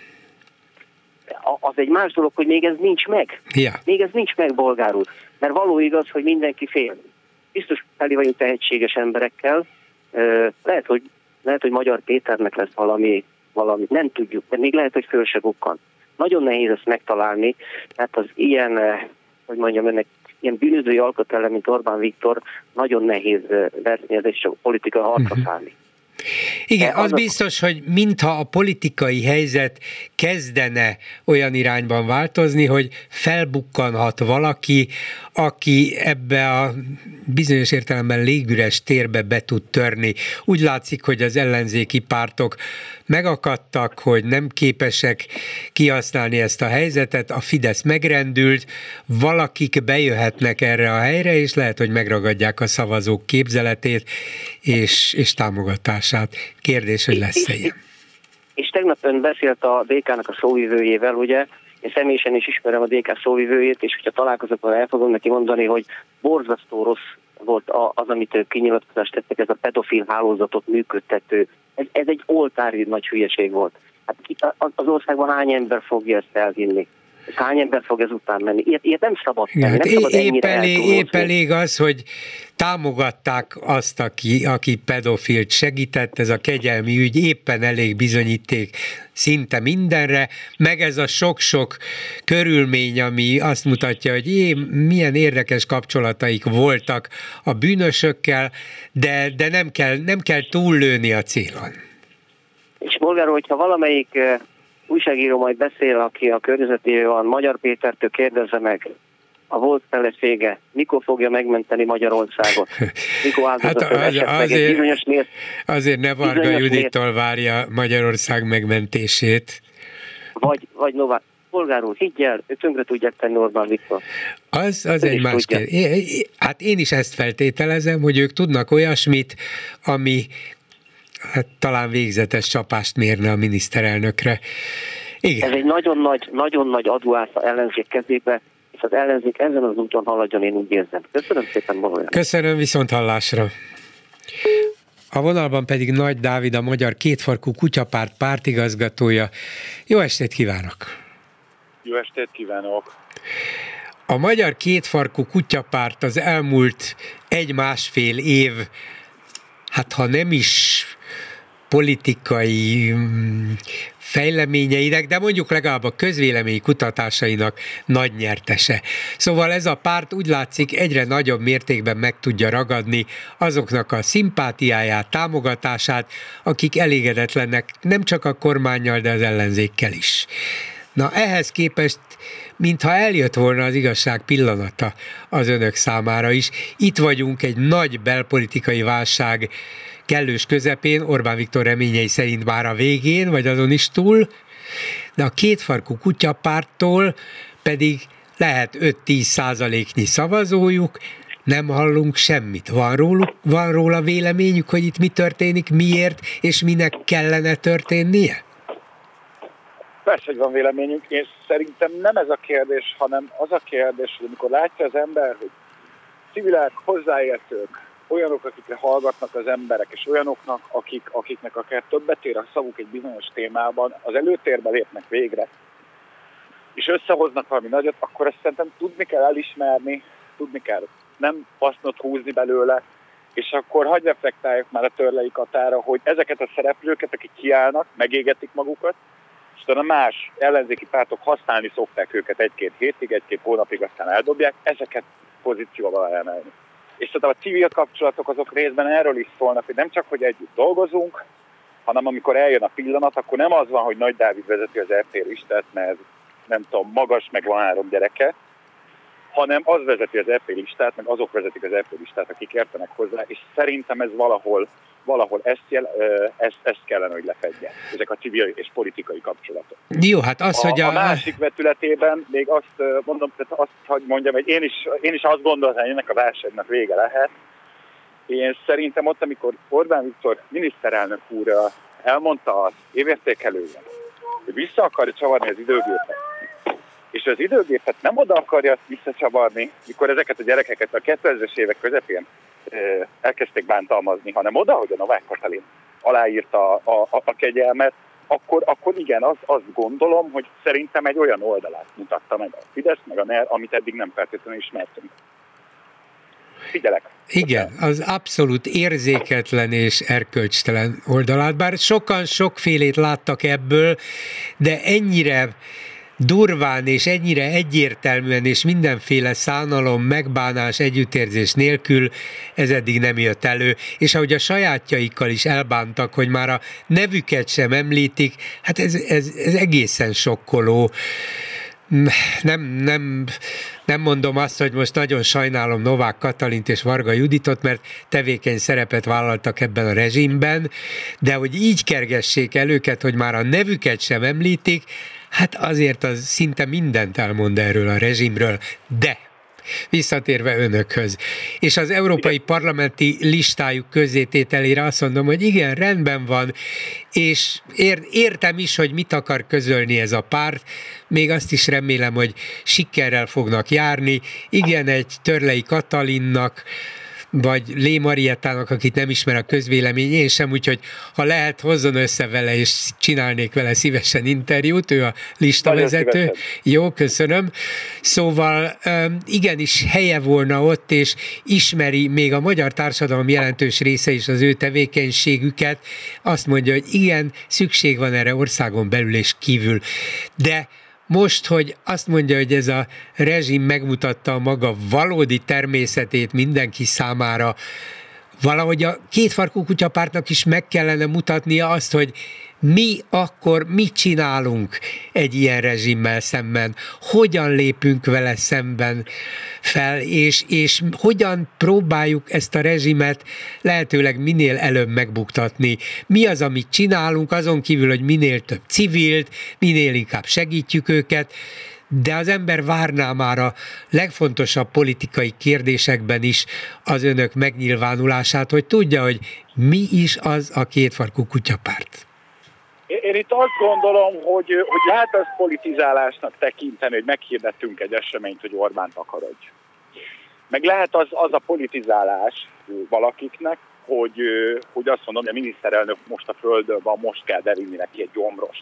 Az egy más dolog, hogy még ez nincs meg. Ja. Még ez nincs meg, bolgár úr. Mert való igaz, hogy mindenki fél. Biztos teli vagyunk tehetséges emberekkel. Lehet, hogy Magyar Péternek lesz valami, nem tudjuk, de még lehet, hogy föl se bukkan. Nagyon nehéz ezt megtalálni, mert az ilyen, hogy mondjam önnek, ilyen bűnözői alkat ellen, mint Orbán Viktor, nagyon nehéz versenyezni és a politikai harcra szállni. Igen, az biztos, hogy mintha a politikai helyzet kezdene olyan irányban változni, hogy felbukkanhat valaki, aki ebbe a bizonyos értelemben légüres térbe be tud törni. Úgy látszik, hogy az ellenzéki pártok megakadtak, hogy nem képesek kihasználni ezt a helyzetet, a Fidesz megrendült, valakik bejöhetnek erre a helyre, és lehet, hogy megragadják a szavazók képzeletét és támogatását. Kérdés, hogy lesz-e ilyen. És tegnap ön beszélt a DK-nak a szóvivőjével, ugye, én személyesen is ismerem a DK szóvivőjét, és hogyha találkozok, el fogom neki mondani, hogy borzasztó rossz volt az, amit ők kinyilatkozást tettek, ez a pedofil hálózatot működtető. Ez egy oltári nagy hülyeség volt. Hát itt az országban hány ember fogja ezt elhinni? Hány ember fog ezután menni? Ilyet nem szabad tenni. Hát épp elég az, hogy támogatták azt, aki pedofilt segített, ez a kegyelmi ügy éppen elég bizonyíték szinte mindenre, meg ez a sok-sok körülmény, ami azt mutatja, hogy milyen érdekes kapcsolataik voltak a bűnösökkel, de nem kell túllőni a célon. És Bolgár, hogyha valamelyik újságíró majd beszél, aki a környezetében van, Magyar Pétertől kérdezze meg, a volt felesége mikor fogja megmenteni Magyarországot? Mikor áldozatot esett meg egy bizonyos azért ne Varga Judittól várja Magyarország megmentését. Vagy Novák. Polgár úr, higgyel, ő tönkre tudják tenni Orbán Viktor. Az egy más kérdés. Hát én is ezt feltételezem, hogy ők tudnak olyasmit, ami talán végzetes csapást mérne a miniszterelnökre. Igen. Ez egy nagyon nagy adóász ellenzék kezébe, és az ellenzék ezen az úton haladjon, én úgy érzem. Köszönöm szépen, Bolgár. Köszönöm, viszont hallásra. A vonalban pedig Nagy Dávid, a Magyar Kétfarkú Kutyapárt pártigazgatója. Jó estét kívánok! Jó estét kívánok! A Magyar Kétfarkú Kutyapárt az elmúlt 1,5 év, hát ha nem is politikai fejleményeinek, de mondjuk legalább a közvélemény kutatásainak nagy nyertese. Szóval ez a párt úgy látszik egyre nagyobb mértékben meg tudja ragadni azoknak a szimpátiáját, támogatását, akik elégedetlennek nem csak a kormánnyal, de az ellenzékkel is. Na ehhez képest, mintha eljött volna az igazság pillanata az önök számára is. Itt vagyunk egy nagy belpolitikai válság kellős közepén, Orbán Viktor reményei szerint már a végén, vagy azon is túl, de a Kétfarkú Kutyapárttól pedig lehet 5-10% szavazójuk, nem hallunk semmit. Van róla véleményük, hogy itt mi történik, miért, és minek kellene történnie? Persze, hogy van véleményünk, és szerintem nem ez a kérdés, hanem az a kérdés, hogy amikor látja az ember, hogy civilek, hozzáértők, olyanok, akikre hallgatnak az emberek, és olyanoknak, akiknek akár többet ér a szavuk egy bizonyos témában, az előtérbe lépnek végre, és összehoznak valami nagyot, akkor ezt szerintem tudni kell elismerni, tudni kell nem hasznot húzni belőle, és akkor hagyj reflektáljuk már a törlei katára, hogy ezeket a szereplőket, akik kiállnak, megégetik magukat, és utána más ellenzéki pártok használni szokták őket 1-2 hétig, 1-2 hónapig, aztán eldobják, ezeket pozícióval emelni. És szerintem a civil kapcsolatok azok részben erről is szólnak, hogy nem csak, hogy együtt dolgozunk, hanem amikor eljön a pillanat, akkor nem az van, hogy Nagy Dávid vezeti az RT listát, mert nem tudom, magas, meg van 3 gyereke, hanem az vezeti az RT listát, meg azok vezetik az RT listát, akik értenek hozzá, és szerintem ez valahol ezt kellene, hogy lefedje, ezek a civil és politikai kapcsolatok. Jó, hát az, hogy a másik vetületében még azt mondom, azt, hogy mondjam, hogy én is azt gondolom, hogy ennek a válságnak vége lehet. Én szerintem ott, amikor Orbán Viktor miniszterelnök úr elmondta az évértékelően, hogy vissza akarja csavarni az időgépet, és az időgépet nem oda akarja visszacsavarni, mikor ezeket a gyerekeket a 2000-es évek közepén elkezdték bántalmazni, hanem oda, hogy a Novák Katalin aláírta a kegyelmet, akkor igen, azt gondolom, hogy szerintem egy olyan oldalát mutatta meg a Fidesz, meg a NER, amit eddig nem feltétlenül ismertünk. Figyelek. Igen, az abszolút érzéketlen és erkölcstelen oldalát, bár sokan sokfélét láttak ebből, de ennyire durván és ennyire egyértelműen és mindenféle szánalom, megbánás, együttérzés nélkül ez eddig nem jött elő, és ahogy a sajátjaikkal is elbántak, hogy már a nevüket sem említik, hát ez egészen sokkoló. Nem mondom azt, hogy most nagyon sajnálom Novák Katalint és Varga Juditot, mert tevékeny szerepet vállaltak ebben a rezsimben, de hogy így kergessék el őket, hogy már a nevüket sem említik, hát azért az szinte mindent elmond erről a rezsimről, de visszatérve önökhöz. És az európai parlamenti listájuk közzétételére azt mondom, hogy igen, rendben van, és értem is, hogy mit akar közölni ez a párt, még azt is remélem, hogy sikerrel fognak járni. Igen, egy Törlei Katalinnak, vagy Lé Mariettának, akit nem ismer a közvélemény, én sem, úgyhogy ha lehet, hozzon össze vele, és csinálnék vele szívesen interjút, ő a listavezető. Jó, köszönöm. Szóval igenis helye volna ott, és ismeri még a magyar társadalom jelentős része is az ő tevékenységüket. Azt mondja, hogy igen, szükség van erre országon belül és kívül. De most, hogy azt mondja, hogy ez a rezsim megmutatta a maga valódi természetét mindenki számára, valahogy a kétfarkú kutyapártnak is meg kellene mutatnia azt, hogy mi akkor mit csinálunk egy ilyen rezsimmel szemben, hogyan lépünk vele szemben fel, és hogyan próbáljuk ezt a rezsimet lehetőleg minél előbb megbuktatni. Mi az, amit csinálunk, azon kívül, hogy minél több civilt, minél inkább segítjük őket, de az ember várná már a legfontosabb politikai kérdésekben is az önök megnyilvánulását, hogy tudja, hogy mi is az a kétfarkú kutyapárt. Én itt azt gondolom, hogy lehet azt politizálásnak tekinteni, hogy meghirdettünk egy eseményt, hogy Orbánt akarodj. Meg lehet az a politizálás valakiknek, hogy azt mondom, hogy a miniszterelnök most a földön van, most kell bevinni neki egy gyomrost.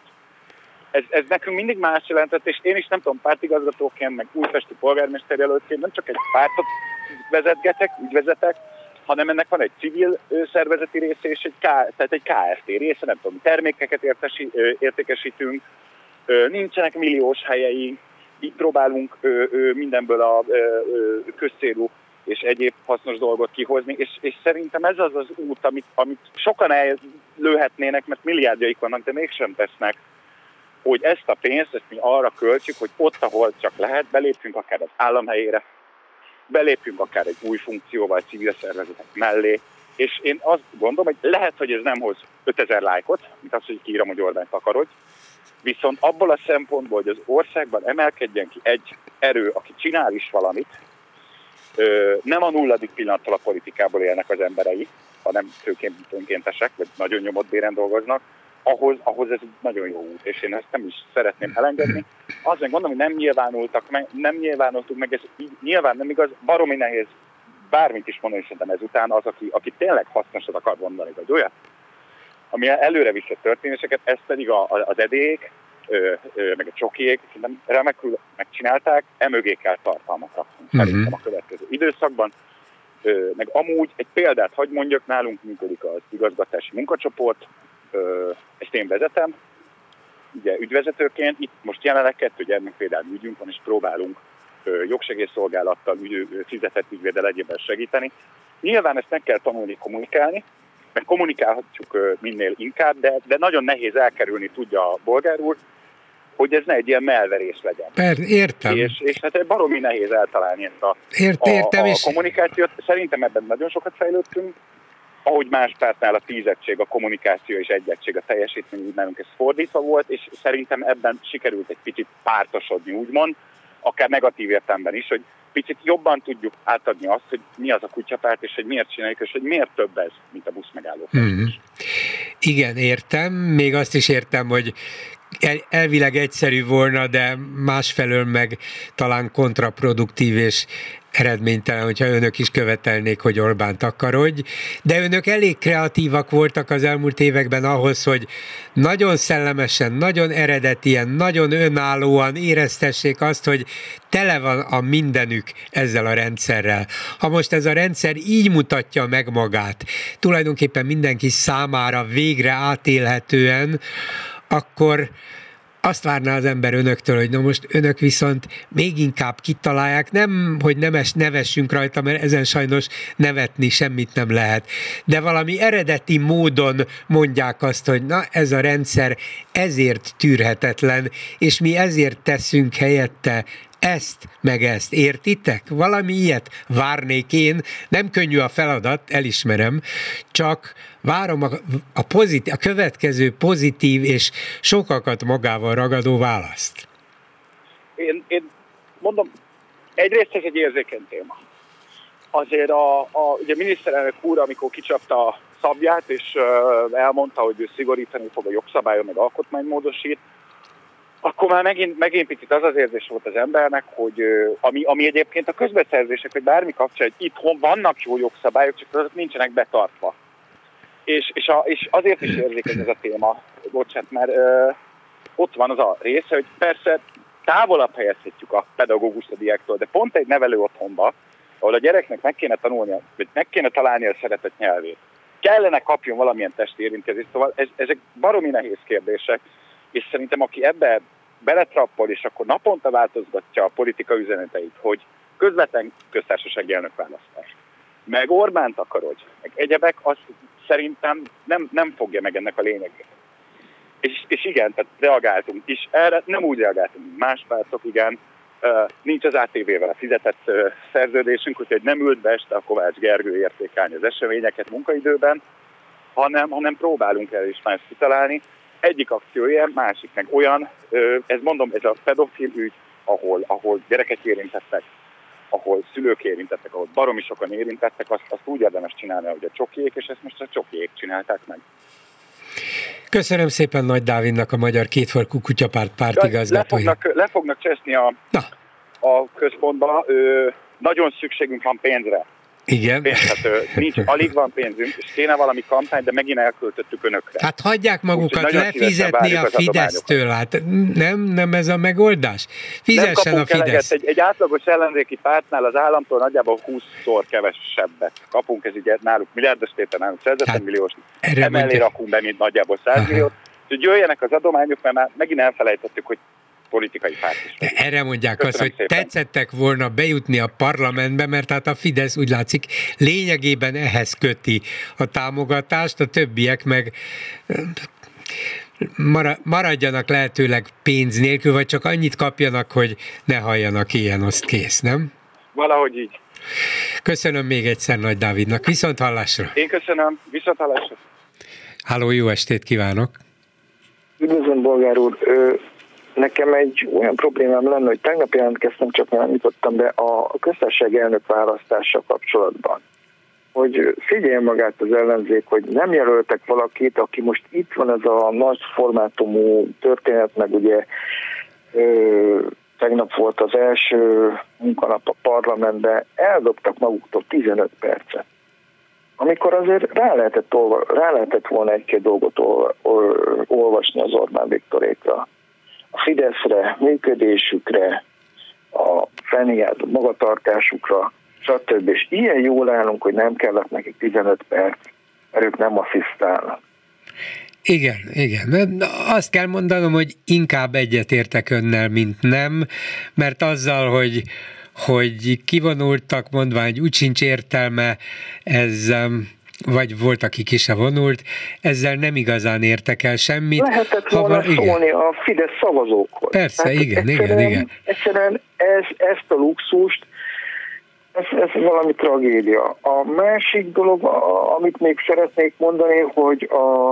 Ez nekünk mindig más jelentett, és én is nem tudom, pártigazgatóként, meg újpesti polgármesterjelöltként nem csak egy pártot vezetgetek, úgy vezetek, hanem ennek van egy civil szervezeti része és tehát egy KFT része, nem tudom, termékeket értékesítünk, nincsenek milliós helyeink, így próbálunk mindenből a közcélú és egyéb hasznos dolgot kihozni, és szerintem ez az az út, amit sokan ellőhetnének, mert milliárdjaik vannak, de mégsem tesznek, hogy ezt a pénzt mi arra költjük, hogy ott, ahol csak lehet, belépjünk akár az állam helyére, belépjünk akár egy új funkcióval civil szervezetek mellé, és én azt gondolom, hogy lehet, hogy ez nem hoz 5000 lájkot, mint az, hogy kiírom, hogy Orbánt akarodj, viszont abból a szempontból, hogy az országban emelkedjen ki egy erő, aki csinál is valamit, nem a nulladik pillanattól a politikából élnek az emberei, hanem főként önkéntesek, vagy nagyon nyomott béren dolgoznak, ahhoz ez egy nagyon jó út, és én ezt nem is szeretném elengedni. Azt gondolom, hogy nem nyilvánultunk meg, ez nyilván nem igaz, baromi nehéz bármit is mondani, szerintem ezután az, aki tényleg hasznosat akar mondani, vagy olyat, ami előre viszi a történéseket, ez pedig az edélyek, meg a csokiék, szerintem remekül megcsinálták, emögé kell tartalmat rakni szerintem a következő időszakban. Meg amúgy egy példát hadd mondjak, nálunk működik az igazgatási munkacsoport, ezt én vezetem, ugye ügyvezetőként, itt most jelenleg 2 gyermekvédelmi ügyünk van, és próbálunk jogsegélyszolgálattal, fizetett ügyvéddel egyébben segíteni. Nyilván ezt meg kell tanulni kommunikálni, mert kommunikálhatjuk minél inkább, de nagyon nehéz elkerülni, tudja a bolgár úr, hogy ez ne egy ilyen melverész legyen. Értem. És hát baromi nehéz eltalálni ezt a kommunikációt. Szerintem ebben nagyon sokat fejlődtünk, ahogy más pártnál a 10 egység a kommunikáció és 1 egység a teljesítmény, úgy nálunk ez fordítva volt, és szerintem ebben sikerült egy picit pártosodni, úgymond, akár negatív értelemben is, hogy picit jobban tudjuk átadni azt, hogy mi az a kutyapárt, és hogy miért csináljuk, és hogy miért több ez, mint a buszmegálló. Igen, értem. Még azt is értem, hogy elvileg egyszerű volna, de másfelől meg talán kontraproduktív és eredménytelen, hogyha önök is követelnék, hogy Orbánt akarodj, de önök elég kreatívak voltak az elmúlt években ahhoz, hogy nagyon szellemesen, nagyon eredetien, nagyon önállóan éreztessék azt, hogy tele van a mindenük ezzel a rendszerrel. Ha most ez a rendszer így mutatja meg magát, tulajdonképpen mindenki számára végre átélhetően, akkor azt várná az ember önöktől, hogy na most önök viszont még inkább kitalálják, nem, hogy nevessünk rajta, mert ezen sajnos nevetni semmit nem lehet, de valami eredeti módon mondják azt, hogy na ez a rendszer ezért tűrhetetlen, és mi ezért teszünk helyette ezt, meg ezt. Értitek? Valami ilyet várnék én. Nem könnyű a feladat, elismerem, csak várom a következő pozitív és sokakat magával ragadó választ. Én mondom, egyrészt ez egy érzékeny téma. Azért ugye a miniszterelnök úr, amikor kicsapta a szabját, és elmondta, hogy ő szigorítani fog a jogszabályon, meg alkotmánymódosít, akkor már megint picit az érzés volt az embernek, hogy ami egyébként a közbeszerzések, vagy bármi kapcsán, hogy itthon vannak jó jogszabályok, csak azok nincsenek betartva. És azért is érzékeny ez a téma, bocsánat, mert ott van az a része, hogy persze távolabb helyezhetjük a pedagógust a diáktól, de pont egy nevelő otthonba, ahol a gyereknek meg kéne tanulnia, vagy meg kéne találni a szeretett nyelvét, kellene kapjon valamilyen testi érintkezést, szóval ezek baromi nehéz kérdések, és szerintem aki ebbe beletrappol, és akkor naponta változgatja a politika üzeneteit, hogy közvetlen köztársasági elnökválasztás, meg Orbánt akarodj, meg egyebek, azt szerintem nem fogja meg ennek a lényegét. És igen, tehát reagáltunk is erre, nem úgy reagáltunk, mint más pártok, igen, nincs az ATV-vel a fizetett szerződésünk, úgyhogy nem ült be este a Kovács Gergő értékelni az eseményeket munkaidőben, hanem próbálunk erre is más kitalálni. Egyik akció ilyen, másik meg olyan, ez a pedofil ügy, ahol gyerekek érintettek, ahol szülők érintettek, ahol baromi sokan érintettek, azt úgy érdemes csinálni, hogy a csokiék, és ezt most a csokiék csinálták meg. Köszönöm szépen Nagy Dávidnak, a Magyar Kétfarkú Kutyapárt pártigazgatója. Le fognak cseszni a központba, nagyon szükségünk van pénzre. Igen. Alig van pénzünk, és kéne valami kampány, de megint elköltöttük önökre. Hát hagyják magukat lefizetni a Fidesztől, hát nem ez a megoldás. Fizessen a Fidesz. Egy átlagos ellenzéki pártnál az államtól nagyjából 20-szor kevesebbet kapunk, ez ugye náluk milliárdos tétel, náluk 150 milliós, emellé rakunk be, mint nagyjából 100 milliót. Úgyhogy jöjjenek az adományok, mert már megint elfelejtettük, hogy politikai párt is. Erre mondják azt, hogy tetszettek volna bejutni a parlamentbe, mert hát a Fidesz úgy látszik lényegében ehhez köti a támogatást, a többiek meg maradjanak lehetőleg pénz nélkül, vagy csak annyit kapjanak, hogy ne halljanak ilyen-azt kész, nem? Valahogy így. Köszönöm még egyszer Nagy Dávidnak. Viszont hallásra. Én köszönöm. Viszont hallásra. Háló, jó estét kívánok. Üdvözlöm, Bolgár úr. Nekem egy olyan problémám lenne, hogy tegnap jelentkeztem, csak nem jutottam be a köztársasági elnök választással kapcsolatban. Hogy figyeljen magát az ellenzék, hogy nem jelöltek valakit, aki most itt van ez a nagy formátumú történet, meg ugye tegnap volt az első munkanap a parlamentben, eldobtak maguktól 15 percet. Amikor azért rá lehetett volna egy-két dolgot olvasni az Orbán Viktorékra. A Fideszre, működésükre, a fenniálló magatartásukra, stb. És ilyen jól állunk, hogy nem kellett nekik 15 perc, mert ők nem asszisztálnak. Igen. Azt kell mondanom, hogy inkább egyetértek önnel, mint nem, mert azzal, hogy kivonultak, mondvány, úgy sincs értelme, ez... vagy volt, aki ki se vonult, ezzel nem igazán értek el semmit. Lehetett volna szólni a Fidesz szavazókhoz. Persze, hát igen. Egyszerűen ezt a luxust, ez valami tragédia. A másik dolog, amit még szeretnék mondani, hogy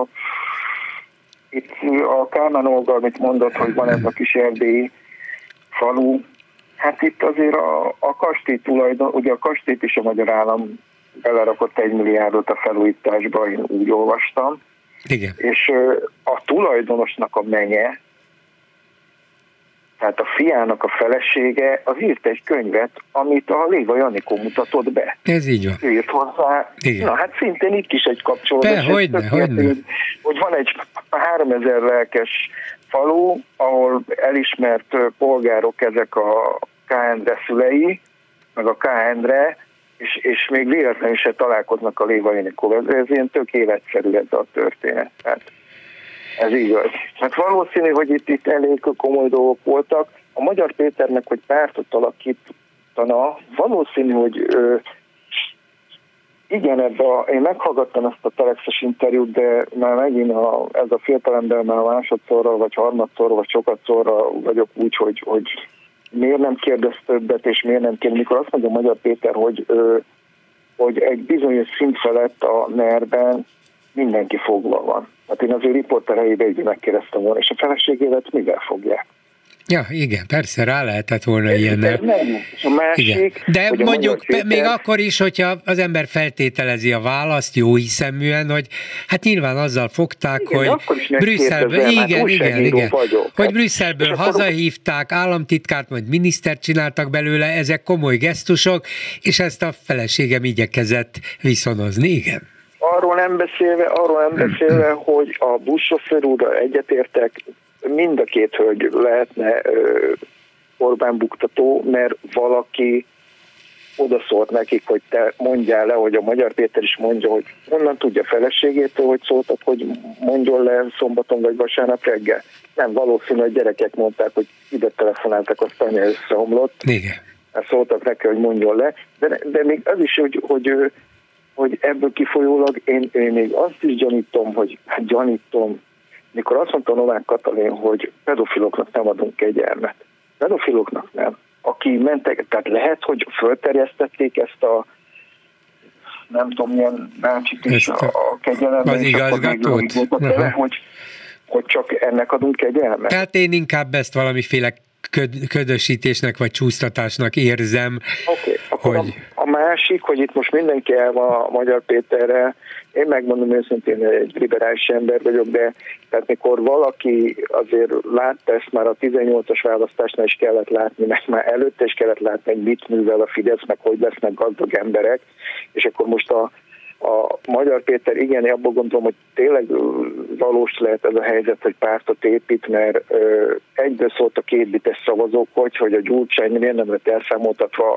itt a Kálmán Olga, amit mondott, hogy van ez a kis erdélyi falu, hát itt azért a kastély tulajdon, ugye a kastélyt is a magyar állam belerakott 1 milliárdot a felújításba, én úgy olvastam. Igen. És a tulajdonosnak a menye, tehát a fiának a felesége, az írt egy könyvet, amit a Léva Janikó mutatott be. Ez így van. Ő írt hozzá. Igen. Na hát szintén itt is egy kapcsolódás. Hogyne. Hogy van egy 3000 lelkes falu, ahol elismert polgárok, ezek a K. Endre szülei, meg a K. Endre, és még véletlenül se találkoznak a Léva Janikóval. Ez ilyen tök életszerű ez a történet. Tehát ez igaz. Hát valószínű, hogy itt elég komoly dolgok voltak. A Magyar Péternek, hogy pártot alakítana, valószínű, hogy igen, én meghallgattam ezt a Telexes interjút, de már megint ez a fiatalember már másodszorra, vagy harmadszorra, vagy sokatszorra vagyok úgy, hogy miért nem kérdez többet, és miért nem kérdez. Mikor azt mondja Magyar Péter, hogy egy bizonyos szint felett a NER-ben mindenki fogva van. Hát én az ő riporter helyében így megkérdeztem volna, és a feleségévet mivel fogják? Ja, igen, persze, rá lehetett volna ilyennel. Igen. De mondjuk még akkor is, hogyha az ember feltételezi a választ jó hiszeműen, hogy hát nyilván azzal fogták, hogy Brüsszelből, igen, hogy Brüsszelből hazahívták, államtitkárt, majd minisztert csináltak belőle, ezek komoly gesztusok, és ezt a feleségem igyekezett viszonozni, igen. Arról nem beszélve, hogy a buszsofőr úrral egyetértek, mind a két hölgy lehetne Orbán buktató, mert valaki odaszólt nekik, hogy te mondjál le, hogy a Magyar Péter is mondja, hogy onnan tudja feleségétől, hogy szóltak, hogy mondjon le szombaton vagy vasárnap reggel. Nem, valószínű, hogy gyerekek mondták, hogy ide telefonáltak, aztán anya összeomlott. Igen. Szóltak neki, hogy mondjon le. De még az is, hogy ebből kifolyólag én még azt is gyanítom, mikor azt mondta Novák Katalin, hogy pedofiloknak nem adunk kegyelmet. Pedofiloknak nem. Aki mentek, tehát lehet, hogy fölterjesztették ezt a nem tudom milyen bácsit is a kegyelemben. Az igazgatót? Hogy csak ennek adunk kegyelmet. Tehát én inkább ezt valamiféle ködösítésnek vagy csúsztatásnak érzem. Oké, akkor a másik, hogy itt most mindenki el van a Magyar Péterre, én megmondom őszintén, egy liberális ember vagyok, de tehát mikor valaki azért látta ezt, már a 18-as választásnál is kellett látni, meg már előtte is kellett látni, hogy mit művel a Fidesz, meg hogy lesznek gazdag emberek, és akkor most a Magyar Péter, igen, abból gondolom, hogy tényleg valós lehet ez a helyzet, hogy pártot épít, mert egyből szólt a kétbites szavazók, hogy a Gyurcsány miért nem lett elszámoltatva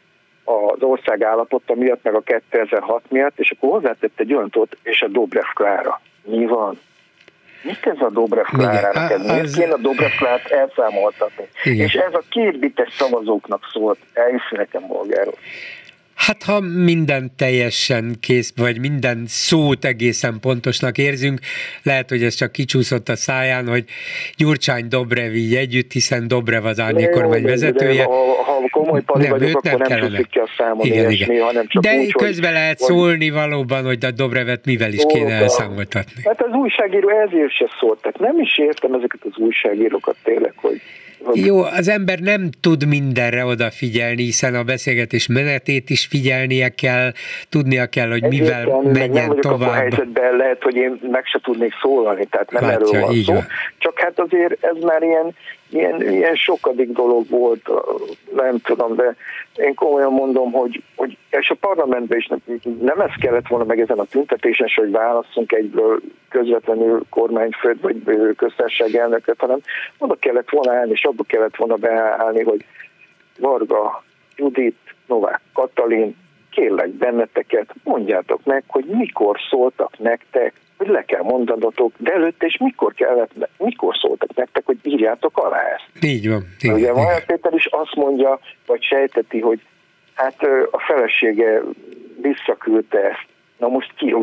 az ország állapota miatt, meg a 2006 miatt, és akkor hozzátett egy olyantot, és a Dobrev Klára. Mi van? Mit ez a Dobrev Klárának? Miért kéne a Dobrev Klárát elszámoltatni? Igen. És ez a kétbites szavazóknak szólt. Elhiszi nekem, Bolgáró. Hát ha minden teljesen kész, vagy minden szót egészen pontosnak érzünk, lehet, hogy ez csak kicsúszott a száján, hogy Gyurcsány Dobrev így együtt, hiszen Dobrev az árnyékkormány vezetője. Ha komoly pali vagyok, akkor nem csúszik ki a számon ilyesmi, hanem csak de úgy, közben lehet szólni valóban, hogy a Dobrevet mivel is kéne elszámoltatni. Hát az újságíró ezért se szólt, tehát nem is értem ezeket az újságírókat tényleg, hogy jó, az ember nem tud mindenre odafigyelni, hiszen a beszélgetés menetét is figyelnie kell, tudnia kell, hogy mivel menjen tovább. Nem a helyzetben lehet, hogy én meg se tudnék szólalni, tehát nem erről van szó. Csak hát azért ez már ilyen sokadik dolog volt, nem tudom, de én komolyan mondom, hogy és a parlamentben is nem ez kellett volna meg ezen a tüntetésen, hogy válasszunk egyből közvetlenül kormányfőt vagy köztársasági elnököt, hanem oda kellett volna állni, és abba kellett volna beállni, hogy Varga, Judit, Novák Katalin, kérlek benneteket, mondjátok meg, hogy mikor szóltak nektek, hogy le kell mondanotok, de előtte is mikor szóltak nektek, hogy írjátok alá ezt. Így van. Ugye Magyar Péter is azt mondja, vagy sejteti, hogy hát a felesége visszaküldte ezt. Na most ki?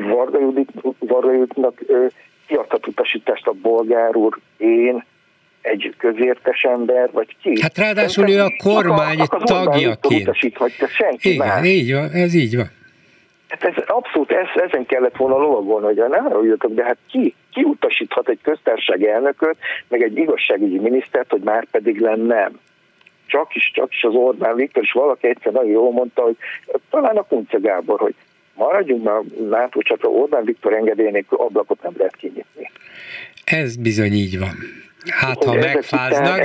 Varga Juditnak kiadhat utasítást a Bolgár úr, én, egy közértes ember, vagy ki? Hát ráadásul ő a kormány tagjaként. Igen, így van, ez így van. Hát ez abszolút, ezen kellett volna lovagolni, hogy ne arra üljöttök, de hát ki utasíthat egy köztársasági elnököt, meg egy igazságügyi minisztert, hogy már pedig nem. Csak is az Orbán Viktor, és valaki egyszer nagyon jól mondta, hogy talán a Kunce Gábor, hogy maradjunk már NATO csatra, Orbán Viktor engedély nélkül ablakot nem lehet kinyitni. Ez bizony így van. Hát ha megfáznak,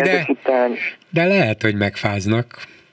de lehet, hogy megfáznak.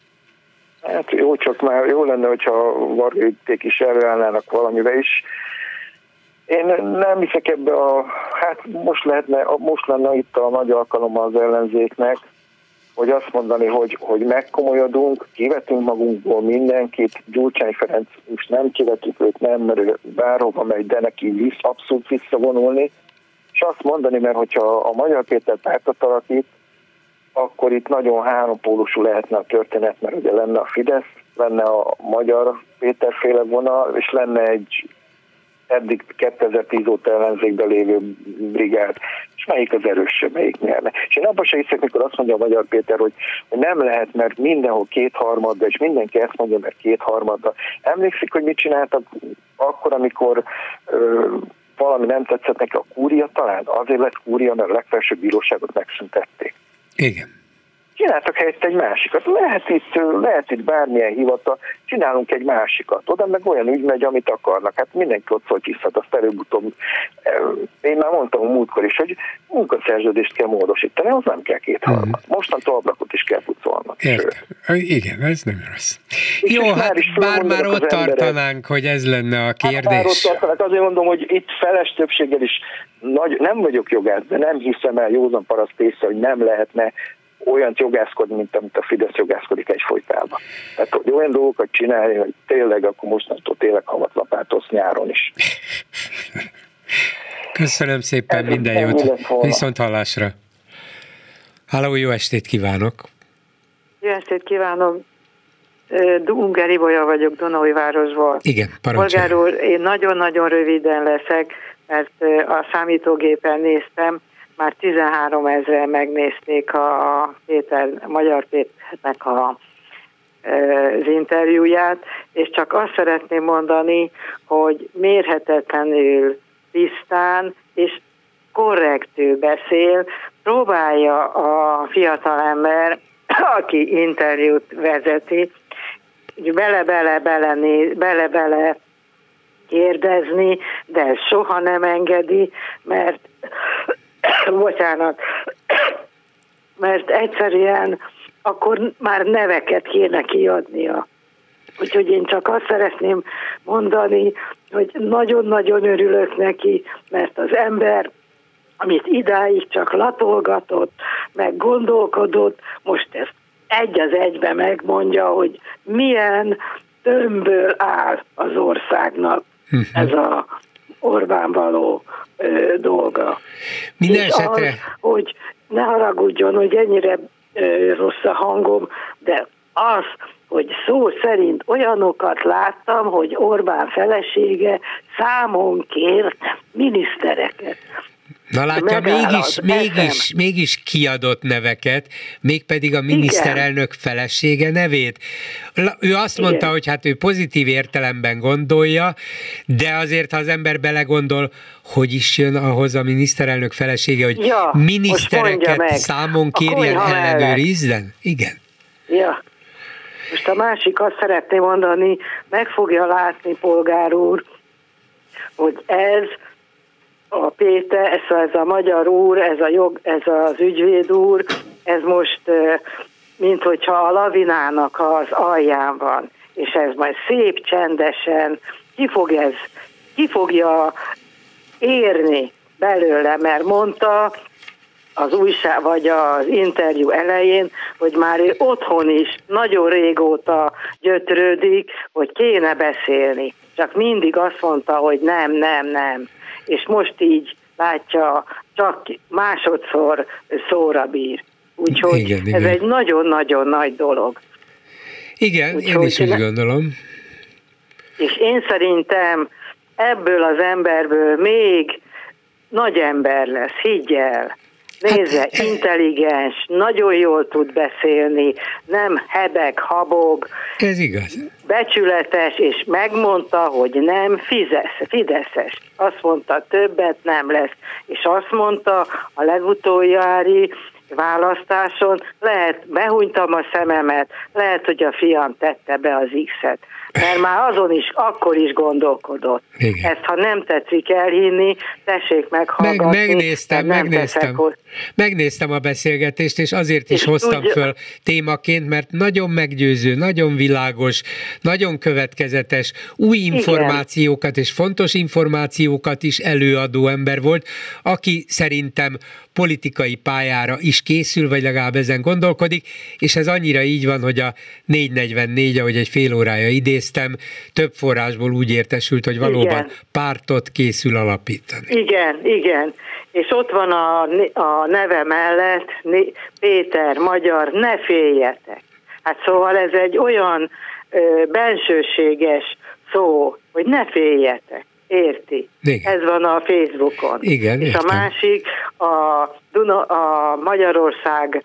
Hát jó, csak már jó lenne, hogyha Varga-Juditték is előállnának valamivel is. Én nem hiszek ebbe hát most lenne itt a nagy alkalommal az ellenzéknek, hogy azt mondani, hogy megkomolyodunk, kivetünk magunkból mindenkit, Gyurcsány Ferenc most nem kivetjük őt, nem, mert ő bárhova megy, de neki abszolút visszavonulni, és azt mondani, mert hogyha a Magyar Péter pártot alakít, akkor itt nagyon hárompólusú lehetne a történet, mert ugye lenne a Fidesz, lenne a Magyar Péter-féle vonal, és lenne egy eddig 2010 óta ellenzékben lévő brigád, és melyik az erősebb, melyik nyerne. És én abban se hiszek, mikor azt mondja a Magyar Péter, hogy nem lehet, mert mindenhol kétharmadda, és mindenki ezt mondja, mert kétharmadda. Emlékszik, hogy mit csináltak akkor, amikor valami nem tetszett neki a kúria, talán azért lett kúria, mert a legfelsőbb bíróságot megszüntették. Igen. csináltak helyett egy másikat. Lehet itt bármilyen hivatal, csinálunk egy másikat. Oda meg olyan ügy megy, amit akarnak. Hát mindenki ott szolcsiszhat, azt előbb-utóbb. Én már mondtam a múltkor is, hogy munkaszerződést kell módosítani, az nem kell 2 harmad. Mostantól ablakot is kell pucolnak. Igen, ez nem rossz. Jó, hát bár ott tartanánk, hogy ez lenne a kérdés. Hát ott tartanánk, azért mondom, hogy itt feles többséggel is nem vagyok jogász, de nem hiszem el józan paraszt észre, hogy nem lehetne olyan jogászkodni, mint amit a Fidesz jogászkodik egyfolytában. Tehát, hogy olyan dolgokat csinálni, hogy tényleg akkor mostantól tényleg havatlapátolsz nyáron is. Köszönöm szépen, minden jót. Viszont hallásra. Halló, jó estét kívánok. Jó estét kívánok. Ungár Ibolya vagyok, Dunaújvárosból. Igen, parancsolj. Polgár úr, én nagyon-nagyon röviden leszek, mert a számítógépen néztem, már 13 000 megnézték a Magyar Péternek az interjúját, és csak azt szeretném mondani, hogy mérhetetlenül tisztán és korrektül beszél, próbálja a fiatalember, aki interjút vezeti, bele-bele kérdezni, de ezt soha nem engedi, mert mert egyszerűen akkor már neveket kéne kiadnia. Úgyhogy én csak azt szeretném mondani, hogy nagyon-nagyon örülök neki, mert az ember, amit idáig csak latolgatott, meg gondolkodott, most ezt egy az egybe megmondja, hogy milyen tömbből áll az országnak ez a Orbán való dolga. Minden esetre... Az, hogy ne haragudjon, hogy ennyire rossz a hangom, de az, hogy szó szerint olyanokat láttam, hogy Orbán felesége számon kért minisztereket. Na látja, mégis kiadott neveket, mégpedig a miniszterelnök felesége nevét. Ő azt mondta, hogy hát ő pozitív értelemben gondolja, de azért, ha az ember belegondol, hogy is jön ahhoz a miniszterelnök felesége, hogy minisztereket számon kérjen, ellenőrizzen? Igen. Ja. Most a másik azt szeretném mondani, meg fogja látni, polgár úr, hogy ez a Péter, ez a magyar úr, ez az ügyvéd úr, ez most mint hogyha a lavinának az alján van, és ez majd szép csendesen ki fogja érni belőle, mert mondta az újság vagy az interjú elején, hogy már ő otthon is nagyon régóta gyötrődik, hogy kéne beszélni. Csak mindig azt mondta, hogy nem. És most így látja, csak másodszor szóra bír. Úgyhogy igen. Ez egy nagyon-nagyon nagy dolog. Igen, én is úgy gondolom. És én szerintem ebből az emberből még nagy ember lesz, higgy el. Nézze, intelligens, nagyon jól tud beszélni, nem hebeg, habog. Ez igaz. Becsületes, és megmondta, hogy nem fideszes. Azt mondta, többet nem lesz. És azt mondta a legutoljári választáson, behúnytam a szememet, lehet, hogy a fiam tette be az X-et. Mert már azon is, akkor is gondolkodott. Igen. Ezt, ha nem tetszik elhinni, tessék meghallgatni. Megnéztem a beszélgetést, és azért is hoztam föl témaként, mert nagyon meggyőző, nagyon világos, nagyon következetes, új információkat és fontos információkat is előadó ember volt, aki szerintem politikai pályára is készül, vagy legalább ezen gondolkodik, és ez annyira így van, hogy a 444, ahogy egy fél órája idéztem, több forrásból úgy értesült, hogy valóban pártot készül alapítani. Igen. És ott van a neve mellett Péter Magyar, ne féljetek. Hát szóval ez egy olyan bensőséges szó, hogy ne féljetek. Érti? Igen. Ez van a Facebookon. Igen, és értem. A másik, a Magyarország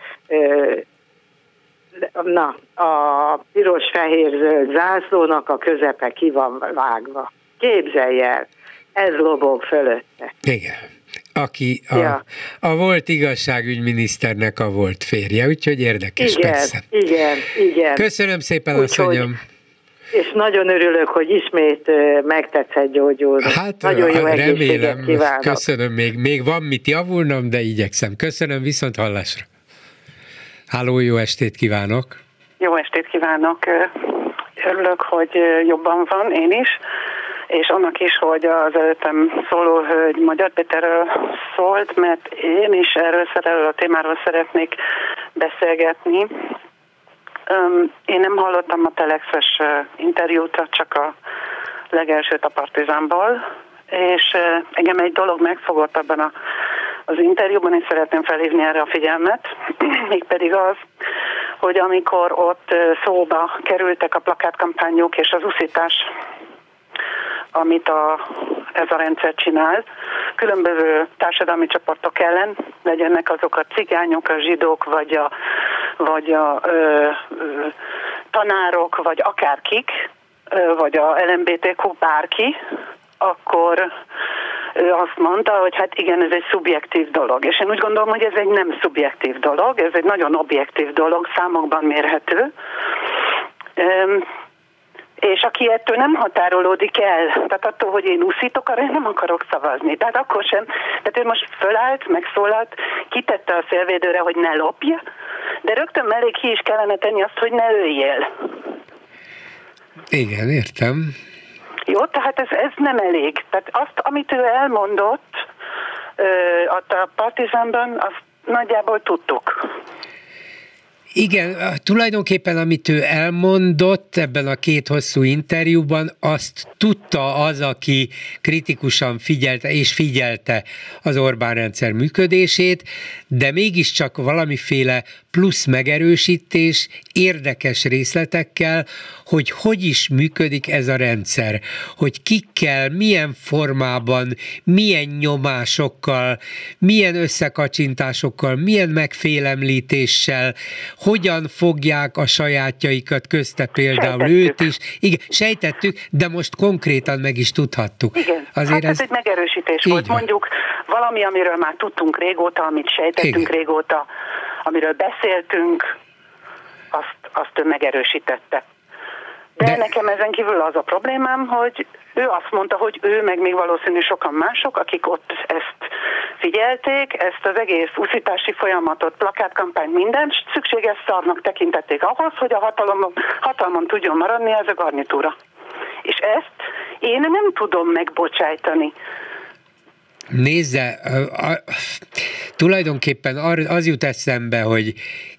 a piros-fehér-zöld zászlónak a közepe ki van vágva. Képzelj el, ez lobog fölötte. Igen. aki a volt igazságügyminiszternek a volt férje, úgyhogy érdekes, igen, persze. Igen. Köszönöm szépen, asszonyom. És nagyon örülök, hogy ismét megtetszett gyógyulni. Hát nagyon jó egészséget kívánok. Köszönöm, még van mit javulnom, de igyekszem. Köszönöm, viszont hallásra. Háló, jó estét kívánok. Jó estét kívánok. Örülök, hogy jobban van, én is. És annak is, hogy az előttem szóló hölgy Magyar Péterről szólt, mert én is erről a témáról szeretnék beszélgetni. Én nem hallottam a Telexes interjút, csak a legelsőt a Partizánból, és engem egy dolog megfogott abban az interjúban, és szeretném felhívni erre a figyelmet, mégpedig az, hogy amikor ott szóba kerültek a plakátkampányok és az uszítás, amit ez a rendszer csinál, különböző társadalmi csoportok ellen, legyenek azok a cigányok, a zsidók, vagy a tanárok, vagy akárkik, vagy a LMBTQ bárki, akkor ő azt mondta, hogy hát igen, ez egy szubjektív dolog. És én úgy gondolom, hogy ez egy nem szubjektív dolog, ez egy nagyon objektív dolog, számokban mérhető. És aki ettől nem határolódik el, tehát attól, hogy én úszítok, arra én nem akarok szavazni. Tehát akkor sem. Tehát ő most fölállt, megszólalt, kitette a szélvédőre, hogy ne lopj, de rögtön mellé ki is kellene tenni azt, hogy ne öljél. Igen, értem. Jó, tehát ez nem elég. Tehát azt, amit ő elmondott a Partizánban, azt nagyjából tudtuk. Igen, tulajdonképpen amit ő elmondott ebben a két hosszú interjúban, azt tudta az, aki kritikusan figyelte az Orbán rendszer működését, de mégiscsak valamiféle plusz megerősítés, érdekes részletekkel, hogy is működik ez a rendszer, hogy kikkel, milyen formában, milyen nyomásokkal, milyen összekacsintásokkal, milyen megfélemlítéssel, hogyan fogják a sajátjaikat, közte például őt is. Igen, sejtettük, de most konkrétan meg is tudhattuk. Igen, azért ez egy megerősítés volt. Van. Mondjuk valami, amiről már tudtunk régóta, amit sejtettünk régóta, amiről beszéltünk, azt ő megerősítette. De nekem ezen kívül az a problémám, hogy ő azt mondta, hogy ő, meg még valószínű sokan mások, akik ott ezt figyelték, ezt az egész uszítási folyamatot, plakátkampány, mindent szükséges szarnak tekintették ahhoz, hogy a hatalmon tudjon maradni ez a garnitúra. És ezt én nem tudom megbocsájtani. Nézze, tulajdonképpen az jut eszembe, hogy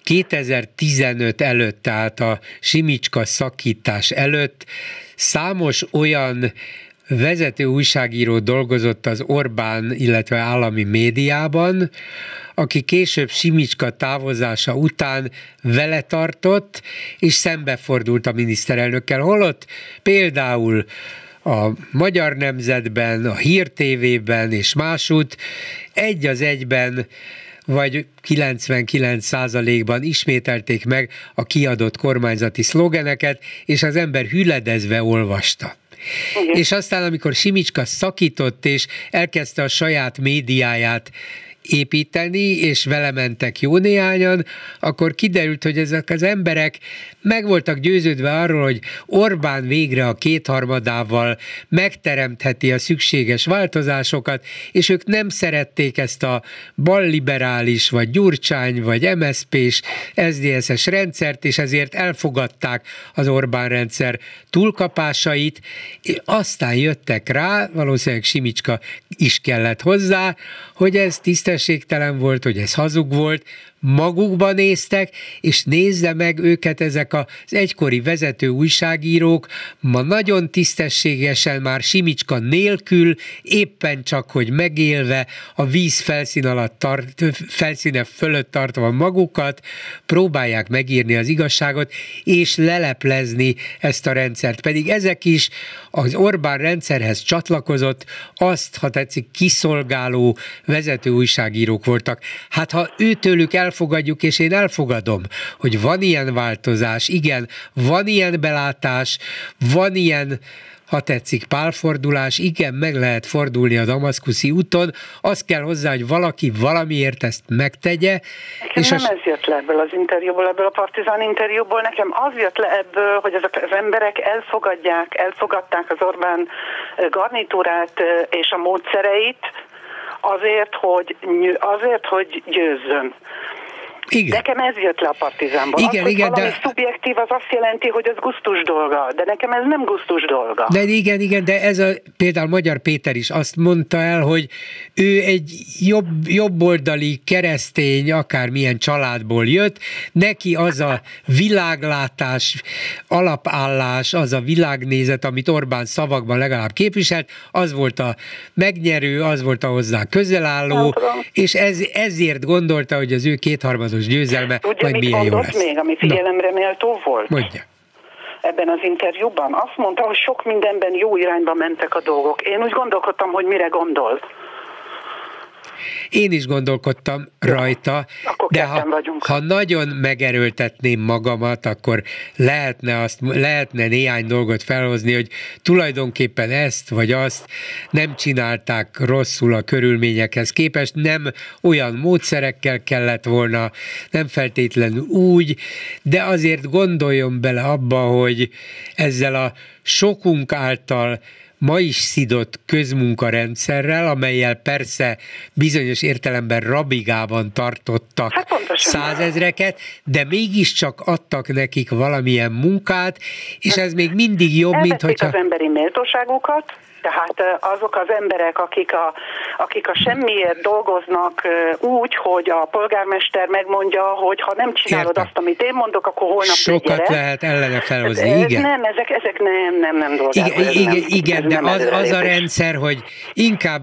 2015 előtt, tehát a Simicska szakítás előtt számos olyan vezető újságíró dolgozott az Orbán, illetve állami médiában, aki később Simicska távozása után vele tartott, és szembefordult a miniszterelnökkel. Holott például a Magyar Nemzetben, a Hír TV-ben és másút egy az egyben vagy 99%-ban ismételték meg a kiadott kormányzati szlogeneket, és az ember hüledezve olvasta. Igen. És aztán, amikor Simicska szakított, és elkezdte a saját médiáját építeni, és vele mentek jó néhányan, akkor kiderült, hogy ezek az emberek meg voltak győződve arról, hogy Orbán végre a kétharmadával megteremtheti a szükséges változásokat, és ők nem szerették ezt a balliberális, vagy Gyurcsány, vagy MSZP-s, SZDSZ-es rendszert, és ezért elfogadták az Orbán rendszer túlkapásait, és aztán jöttek rá, valószínűleg Simicska is kellett hozzá, hogy ez tisztességtelen volt, hogy ez hazug volt, magukba néztek, és nézze meg őket ezek az egykori vezető újságírók, ma nagyon tisztességesen, már Simicska nélkül, éppen csak, hogy megélve, a víz felszíne fölött tartva magukat, próbálják megírni az igazságot, és leleplezni ezt a rendszert. Pedig ezek is az Orbán rendszerhez csatlakozott, azt, ha tetszik, kiszolgáló vezető újságírók voltak. Hát ha őtőlük elfogadjuk, és én elfogadom, hogy van ilyen változás, igen, van ilyen belátás, van ilyen ha tetszik, pálfordulás, igen, meg lehet fordulni a damaszkuszi úton, az kell hozzá, hogy valaki valamiért ezt megtegye. És nem ez jött le ebből az interjúból, ebből a Partizán interjúból, nekem az jött le ebből, hogy ezek az emberek elfogadták az Orbán garnitúrát és a módszereit azért, hogy győzzön. Igen. Nekem ez jött le a Partizánból. Igen, az, hogy valami de szubjektív, az azt jelenti, hogy az gusztus dolga, de nekem ez nem gusztus dolga. De igen, de ez például Magyar Péter is azt mondta el, hogy ő egy jobboldali keresztény, akármilyen családból jött, neki az a világlátás, alapállás, az a világnézet, amit Orbán szavakban legalább képviselt, az volt a megnyerő, az volt a hozzá közelálló, és ezért gondolta, hogy az ő kétharmados győzelme, tudja, majd milyen jó lesz. Még, ami figyelemre méltó volt? Mondja. Ebben az interjúban azt mondta, hogy sok mindenben jó irányba mentek a dolgok. Én úgy gondolkodtam, hogy mire gondol. Én is gondolkodtam rajta, de ha nagyon megerőltetném magamat, akkor lehetne néhány dolgot felhozni, hogy tulajdonképpen ezt vagy azt nem csinálták rosszul a körülményekhez képest, nem olyan módszerekkel kellett volna, nem feltétlenül úgy, de azért gondoljon bele abba, hogy ezzel a sokunk által ma is szidott közmunkarendszerrel, amellyel persze bizonyos értelemben rabigában tartottak százezreket, de mégiscsak adtak nekik valamilyen munkát, és ez még mindig jobb, mint hogyha... az emberi méltóságukat, tehát azok az emberek, akik a semmiért dolgoznak úgy, hogy a polgármester megmondja, hogy ha nem csinálod azt, amit én mondok, akkor holnap sokat lehet ellene felhozni, igen. Nem, ezek nem dolgák. Igen, de az a rendszer, hogy inkább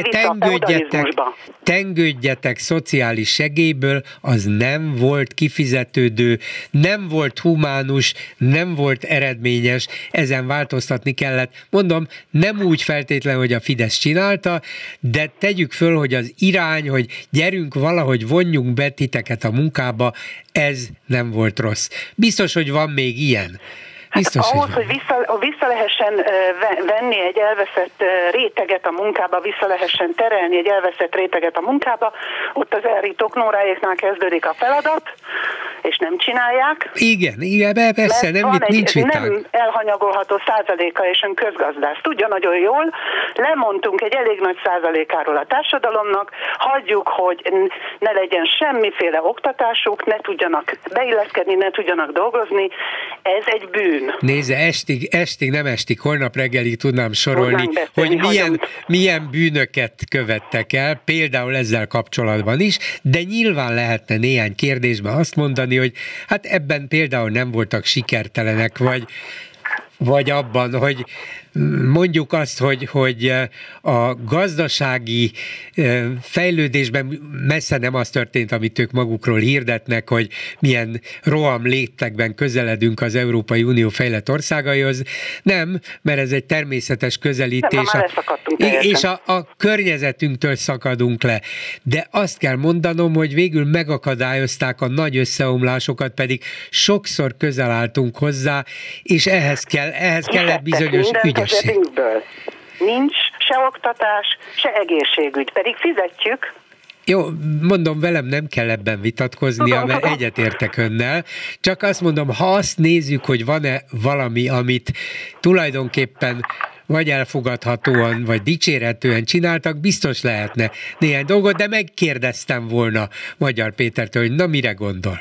tengődjetek szociális segélyből, az nem volt kifizetődő, nem volt humánus, nem volt eredményes, ezen változtatni kellett. Mondom, nem úgy feltétlen, hogy a Fidesz csinálta, de tegyük föl, hogy az irány, hogy gyerünk valahogy vonjunk be titeket a munkába, ez nem volt rossz. Biztos, hogy van még ilyen. Biztos, ahhoz, hogy vissza lehessen venni egy elveszett réteget a munkába, vissza lehessen terelni egy elveszett réteget a munkába, ott az elritok Nóráéknál kezdődik a feladat, és nem csinálják. Igen, persze, nincs vitánk. Nem elhanyagolható százaléka, és ön közgazdász tudja nagyon jól, lemondtunk egy elég nagy százalékáról a társadalomnak, hagyjuk, hogy ne legyen semmiféle oktatásuk, ne tudjanak beilleszkedni, ne tudjanak dolgozni, ez egy bűn. Nézze, estig, holnap reggelig tudnám sorolni, hogy milyen bűnöket követtek el, például ezzel kapcsolatban is, de nyilván lehetne néhány kérdésben azt mondani, hogy hát ebben például nem voltak sikertelenek, vagy abban, hogy mondjuk azt, hogy a gazdasági fejlődésben messze nem az történt, amit ők magukról hirdetnek, hogy milyen roham léptekben közeledünk az Európai Unió fejlett országaihoz. Nem, mert ez egy természetes közelítés, és a környezetünktől szakadunk le. De azt kell mondanom, hogy végül megakadályozták a nagy összeomlásokat, pedig sokszor közel álltunk hozzá, és ehhez kellett bizonyos ügyesség. Nincs se oktatás, se egészségügy, pedig fizetjük. Jó, mondom, velem nem kell ebben vitatkoznia, mert egyetértek önnel, csak azt mondom, ha azt nézzük, hogy van-e valami, amit tulajdonképpen vagy elfogadhatóan, vagy dicsérhetően csináltak, biztos lehetne néhány dolgot, de megkérdeztem volna Magyar Pétertől, hogy na mire gondol?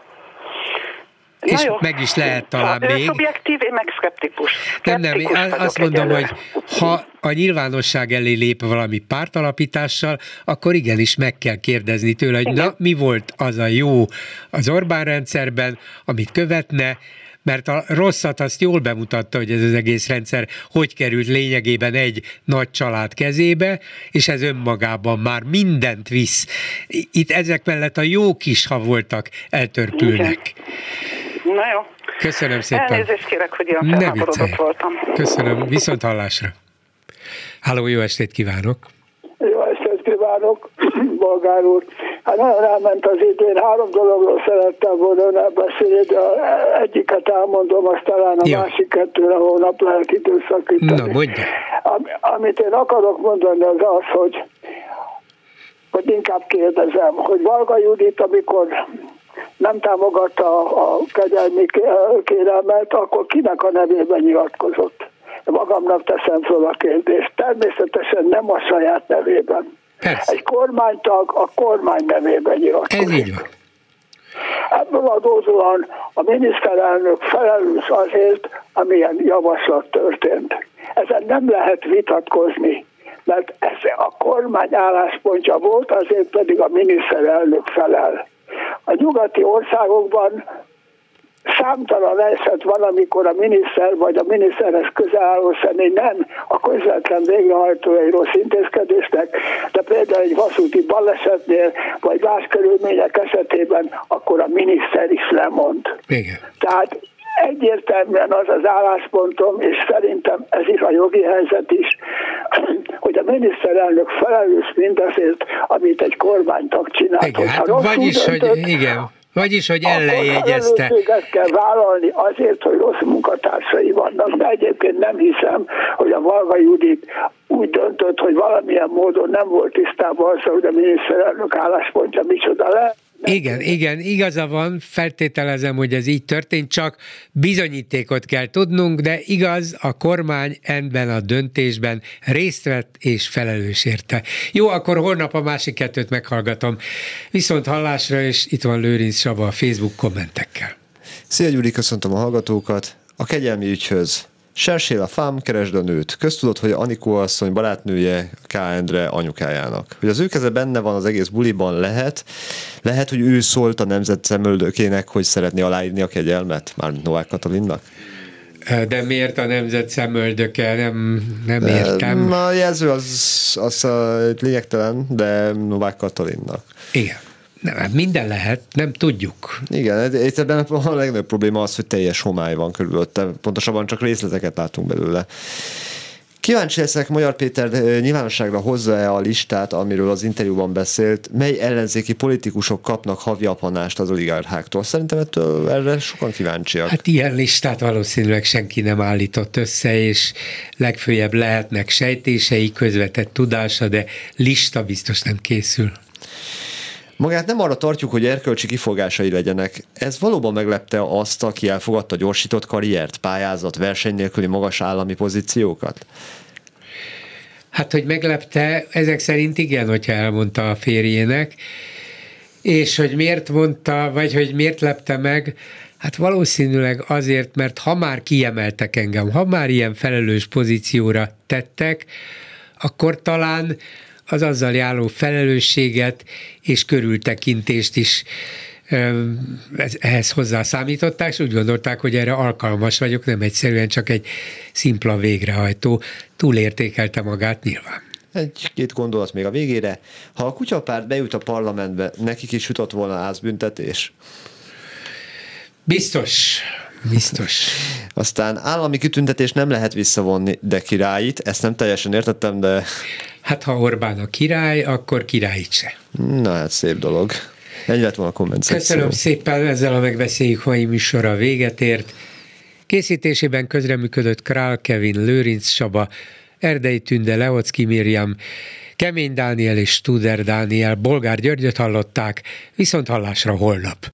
És meg is lehet talán még. Szubjektív, én meg szkeptikus. Nem, azt mondom, hogy ha a nyilvánosság elé lép valami pártalapítással, akkor igenis meg kell kérdezni tőle, hogy na, mi volt az a jó az Orbán rendszerben, amit követne, mert a rosszat azt jól bemutatta, hogy ez az egész rendszer hogy került lényegében egy nagy család kezébe, és ez önmagában már mindent visz. Itt ezek mellett a jók is, ha voltak, eltörpülnek. Na jó. Köszönöm szépen. Elnézést kérek, hogy ilyen felháborodott voltam. Köszönöm, viszont hallásra. Halló, jó estét kívánok! Jó estét kívánok, Bolgár úr! Hát nagyon elment az idő, én 3 dologról szerettem volna beszélni, de egyiket elmondom, azt talán a másik 2-re hónap lehet időszakítani. Na, mondja. Amit én akarok mondani, az az, hogy inkább kérdezem, hogy Varga Judit, amikor nem támogatta a kegyelmi kérelmet, akkor kinek a nevében nyilatkozott? Magamnak teszem fel a kérdést. Természetesen nem a saját nevében. Persze. Egy kormánytag a kormány nevében nyilatkozik. Ez így van. Ebből adódóan a miniszterelnök felelős azért, amilyen javaslat történt. Ezen nem lehet vitatkozni, mert ez a kormány álláspontja volt, azért pedig a miniszterelnök felel. A nyugati országokban számtalan eset van, amikor a miniszter vagy a miniszterhez közel álló személy nem a közvetlen végrehajtója egy rossz intézkedésnek, de például egy vasúti balesetnél vagy más körülmények esetében akkor a miniszter is lemond. Igen. Tehát egyértelműen az az álláspontom, és szerintem ez is a jogi helyzet is, hogy a miniszterelnök felelős mindazért, amit egy kormánytag csinált. Igen, hát vagyis, hogy ellenjegyezte. Felelősséget kell vállalni azért, hogy rossz munkatársai vannak, de egyébként nem hiszem, hogy a Varga Judit úgy döntött, hogy valamilyen módon nem volt tisztában azzal, hogy a miniszterelnök álláspontja micsoda lehet. Igen, igaza van, feltételezem, hogy ez így történt, csak bizonyítékot kell tudnunk, de igaz, a kormány ebben a döntésben részt vett és felelős érte. Jó, akkor holnap a másik 2 meghallgatom. Viszont hallásra, és itt van Lőrinc Csaba a Facebook kommentekkel. Szia Gyuri, köszöntöm a hallgatókat. A kegyelmi ügyhöz. Sersél a fám, keresd a nőt. Köztudott, hogy Anikó asszony barátnője K. Endre anyukájának. Hogy az ő keze benne van az egész buliban, lehet, hogy ő szólt a nemzet szemöldökének, hogy szeretné aláírni a kegyelmet, mármint Novák Katalinnak. De miért a nemzet szemöldöke? Nem értem. A jelző az lényegtelen, de Novák Katalinnak. Igen. Nem, minden lehet, nem tudjuk. Igen, ebben a legnagyobb probléma az, hogy teljes homály van körülötte, pontosabban csak részleteket látunk belőle. Kíváncsi leszek, Magyar Péter nyilvánosságra hozza-e a listát, amiről az interjúban beszélt, mely ellenzéki politikusok kapnak havi apanást az oligarcháktól. Szerintem erre sokan kíváncsiak. Hát ilyen listát valószínűleg senki nem állított össze, és legfőjebb lehetnek sejtései, közvetett tudása, de lista biztos nem készül. Magát nem arra tartjuk, hogy erkölcsi kifogásai legyenek. Ez valóban meglepte azt, aki elfogadta gyorsított karriert, pályázat, verseny nélküli magas állami pozíciókat? Hát, hogy meglepte, ezek szerint igen, hogyha elmondta a férjének, és hogy miért mondta, vagy hogy miért lepte meg, hát valószínűleg azért, mert ha már kiemeltek engem, ha már ilyen felelős pozícióra tettek, akkor talán az azzal járó felelősséget és körültekintést is ehhez hozzászámították, és úgy gondolták, hogy erre alkalmas vagyok, nem egyszerűen csak egy szimpla végrehajtó. Túlértékelte magát nyilván. Egy-két gondolat még a végére. Ha a kutyapárt bejut a parlamentbe, nekik is jutott volna házbüntetés? Biztos. Aztán állami kitüntetés nem lehet visszavonni, de királyit, ezt nem teljesen értettem, de... Hát ha Orbán a király, akkor királyit se. Na hát szép dolog. Ennyi lett volna a komment szekció. Köszönöm szépen, ezzel a Megbeszéljük mai műsora véget ért. Készítésében közreműködött Král Kevin, Lőrinc Csaba, Erdei Tünde, Leocki Miriam, Kemény Dániel és Studer Dániel, Bolgár Györgyöt hallották, viszont hallásra holnap.